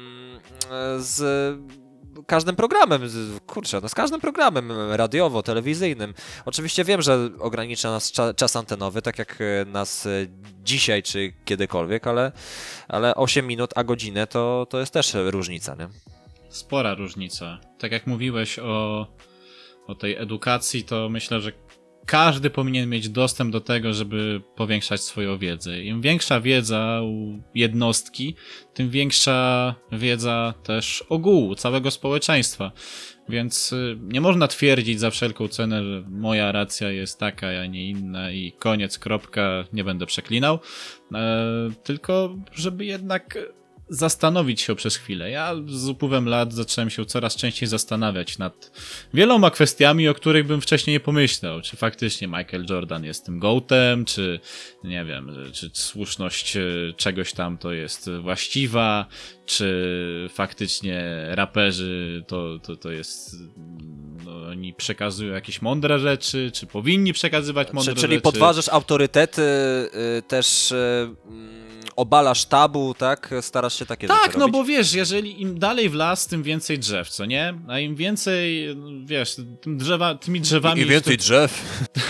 z każdym programem, z każdym programem radiowo-telewizyjnym. Oczywiście wiem, że ogranicza nas czas antenowy, tak jak nas dzisiaj czy kiedykolwiek, ale 8 minut a godzinę to jest też różnica, nie? Spora różnica. Tak jak mówiłeś o tej edukacji, to myślę, że każdy powinien mieć dostęp do tego, żeby powiększać swoją wiedzę. Im większa wiedza u jednostki, tym większa wiedza też ogółu, całego społeczeństwa. Więc nie można twierdzić za wszelką cenę, że moja racja jest taka, a nie inna i koniec, kropka, nie będę przeklinał. Tylko żeby jednak zastanowić się przez chwilę. Ja z upływem lat zacząłem się coraz częściej zastanawiać nad wieloma kwestiami, o których bym wcześniej nie pomyślał. Czy faktycznie Michael Jordan jest tym GOAT-em, czy nie wiem, czy słuszność czegoś tam to jest właściwa, czy faktycznie raperzy to jest... No, oni przekazują jakieś mądre rzeczy, czy powinni przekazywać mądre rzeczy. Czyli podważasz autorytety, też obalasz tabu, tak? Starasz się takie rzeczy robić. Tak, no bo wiesz, jeżeli im dalej w las, tym więcej drzew, co nie? A im więcej, wiesz, tymi drzewami... I więcej drzew.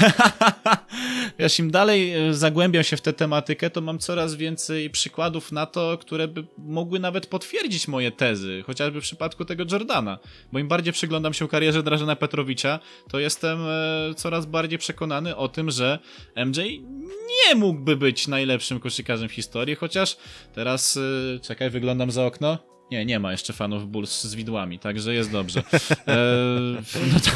Wiesz, im dalej zagłębiam się w tę tematykę, to mam coraz więcej przykładów na to, które by mogły nawet potwierdzić moje tezy, chociażby w przypadku tego Jordana. Bo im bardziej przyglądam się karierze Drażena Petrowicza, to jestem coraz bardziej przekonany o tym, że MJ nie mógłby być najlepszym koszykarzem w historii, chociaż teraz, czekaj, wyglądam za okno. Nie ma jeszcze fanów Bulls z widłami, także jest dobrze. No to,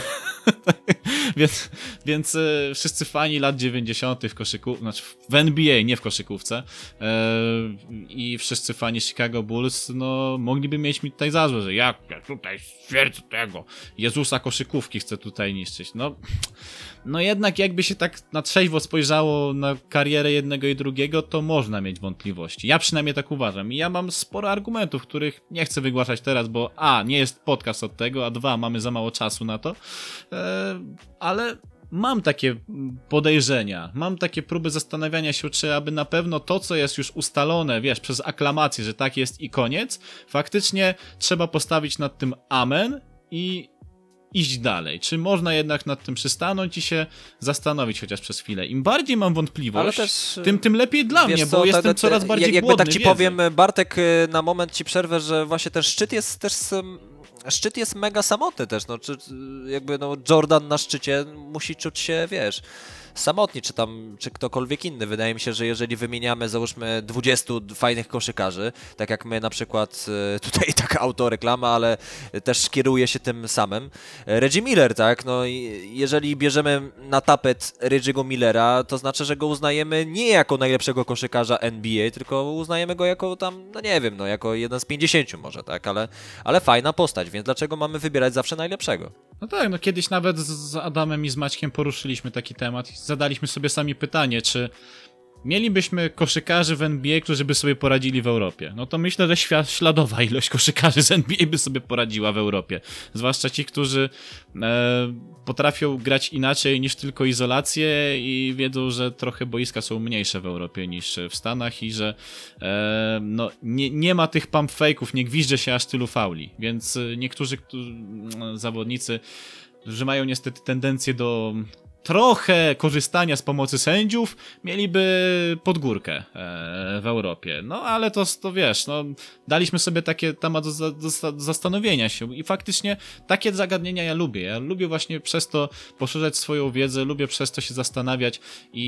więc wszyscy fani lat 90. w koszykówce, znaczy w NBA, nie w koszykówce, i wszyscy fani Chicago Bulls, no mogliby mieć mi tutaj za złe, że ja tutaj stwierdzę tego, Jezusa koszykówki chcę tutaj niszczyć. No jednak jakby się tak na trzeźwo spojrzało na karierę jednego i drugiego, to można mieć wątpliwości. Ja przynajmniej tak uważam. I ja mam sporo argumentów, których nie chcę wygłaszać teraz, bo a, nie jest podcast od tego, a dwa, mamy za mało czasu na to. Ale mam takie podejrzenia, mam takie próby zastanawiania się, czy aby na pewno to, co jest już ustalone, wiesz, przez aklamację, że tak jest i koniec, faktycznie trzeba postawić nad tym amen i iść dalej. Czy można jednak nad tym przystanąć i się zastanowić chociaż przez chwilę. Im bardziej mam wątpliwość, też, tym lepiej dla mnie, bo jestem coraz bardziej jakby głodny tak ci wiedzy. powiem, Bartek, na moment ci przerwę, że właśnie ten szczyt jest też... Szczyt jest mega samotny też, no, jakby Jordan na szczycie musi czuć się, wiesz, samotni, czy ktokolwiek inny. Wydaje mi się, że jeżeli wymieniamy, załóżmy, 20 fajnych koszykarzy, tak jak my na przykład, tutaj taka autoreklama, ale też kieruje się tym samym. Reggie Miller, tak, no jeżeli bierzemy na tapet Reggie'ego Millera, to znaczy, że go uznajemy nie jako najlepszego koszykarza NBA, tylko uznajemy go jako tam, no nie wiem, no jako jeden z 50 może, tak, ale fajna postać, więc dlaczego mamy wybierać zawsze najlepszego? No tak, no kiedyś nawet z Adamem i z Maćkiem poruszyliśmy taki temat i zadaliśmy sobie sami pytanie, czy mielibyśmy koszykarzy w NBA, którzy by sobie poradzili w Europie. No to myślę, że śladowa ilość koszykarzy z NBA by sobie poradziła w Europie. Zwłaszcza ci, którzy potrafią grać inaczej niż tylko izolację i wiedzą, że trochę boiska są mniejsze w Europie niż w Stanach i że no, nie ma tych pump fake'ów, nie gwizdże się aż tylu fauli. Więc niektórzy zawodnicy, że mają niestety tendencję do trochę korzystania z pomocy sędziów, mieliby podgórkę w Europie. No ale to wiesz, no daliśmy sobie takie temat do zastanowienia się i faktycznie takie zagadnienia ja lubię. Ja lubię właśnie przez to poszerzać swoją wiedzę, lubię przez to się zastanawiać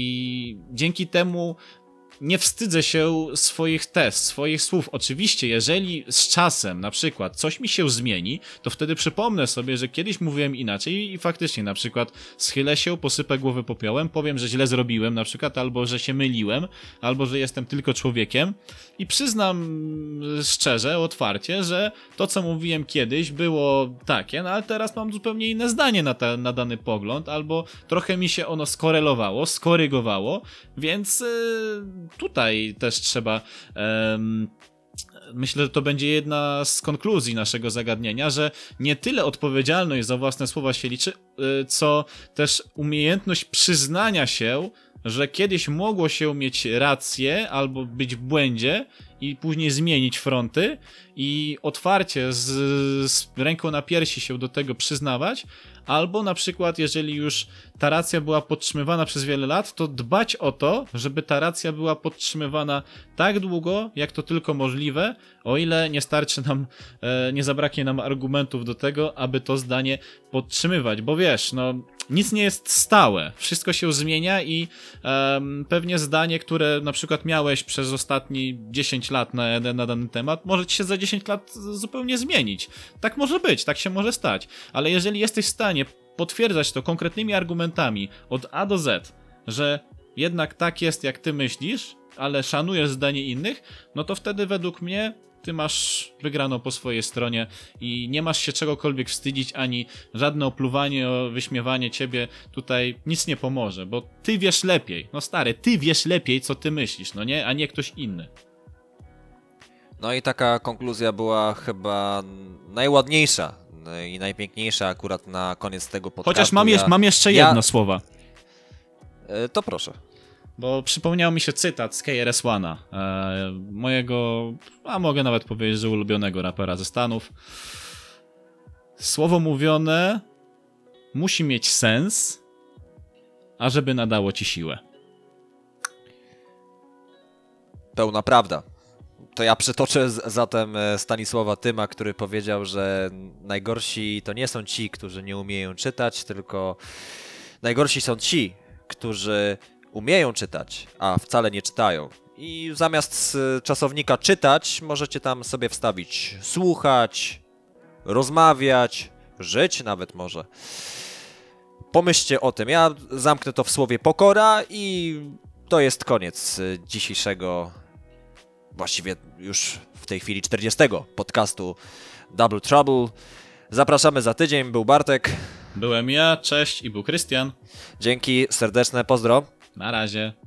i dzięki temu nie wstydzę się swoich tez, swoich słów. Oczywiście, jeżeli z czasem na przykład coś mi się zmieni, to wtedy przypomnę sobie, że kiedyś mówiłem inaczej i faktycznie na przykład schylę się, posypę głowę popiołem, powiem, że źle zrobiłem na przykład, albo że się myliłem, albo że jestem tylko człowiekiem i przyznam szczerze, otwarcie, że to, co mówiłem kiedyś było takie, no ale teraz mam zupełnie inne zdanie na dany pogląd, albo trochę mi się ono skorelowało, skorygowało, więc tutaj też trzeba myślę, że to będzie jedna z konkluzji naszego zagadnienia, że nie tyle odpowiedzialność za własne słowa się liczy, co też umiejętność przyznania się, że kiedyś mogło się mieć rację albo być w błędzie i później zmienić fronty i otwarcie z ręką na piersi się do tego przyznawać, albo na przykład jeżeli już ta racja była podtrzymywana przez wiele lat, to dbać o to, żeby ta racja była podtrzymywana tak długo, jak to tylko możliwe, o ile nie starczy nam, nie zabraknie nam argumentów do tego, aby to zdanie podtrzymywać, bo wiesz, no nic nie jest stałe, wszystko się zmienia i pewnie zdanie, które na przykład miałeś przez ostatnie 10 lat na dany temat, może ci się za 10 lat zupełnie zmienić. Tak może być, tak się może stać, ale jeżeli jesteś w stanie potwierdzać to konkretnymi argumentami od A do Z, że jednak tak jest, jak ty myślisz, ale szanujesz zdanie innych, no to wtedy według mnie ty masz wygraną po swojej stronie i nie masz się czegokolwiek wstydzić, ani żadne opluwanie, wyśmiewanie ciebie tutaj nic nie pomoże, bo ty wiesz lepiej, no stary, ty wiesz lepiej, co ty myślisz, no nie, a nie ktoś inny. No i taka konkluzja była chyba najładniejsza i najpiękniejsza akurat na koniec tego podcastu. Chociaż mam jeszcze jedno słowa. To proszę. Bo przypomniał mi się cytat z KRS-One'a, mojego, a mogę nawet powiedzieć, że ulubionego rapera ze Stanów. Słowo mówione musi mieć sens, ażeby nadało ci siłę. Pełna prawda. To ja przytoczę zatem Stanisława Tyma, który powiedział, że najgorsi to nie są ci, którzy nie umieją czytać, tylko najgorsi są ci, którzy umieją czytać, a wcale nie czytają. I zamiast z czasownika czytać, możecie tam sobie wstawić słuchać, rozmawiać, żyć nawet może. Pomyślcie o tym. Ja zamknę to w słowie pokora i to jest koniec dzisiejszego, właściwie już w tej chwili 40. podcastu Double Trouble. Zapraszamy za tydzień. Był Bartek. Byłem ja, cześć i był Krystian. Dzięki, serdeczne pozdro. Na razie.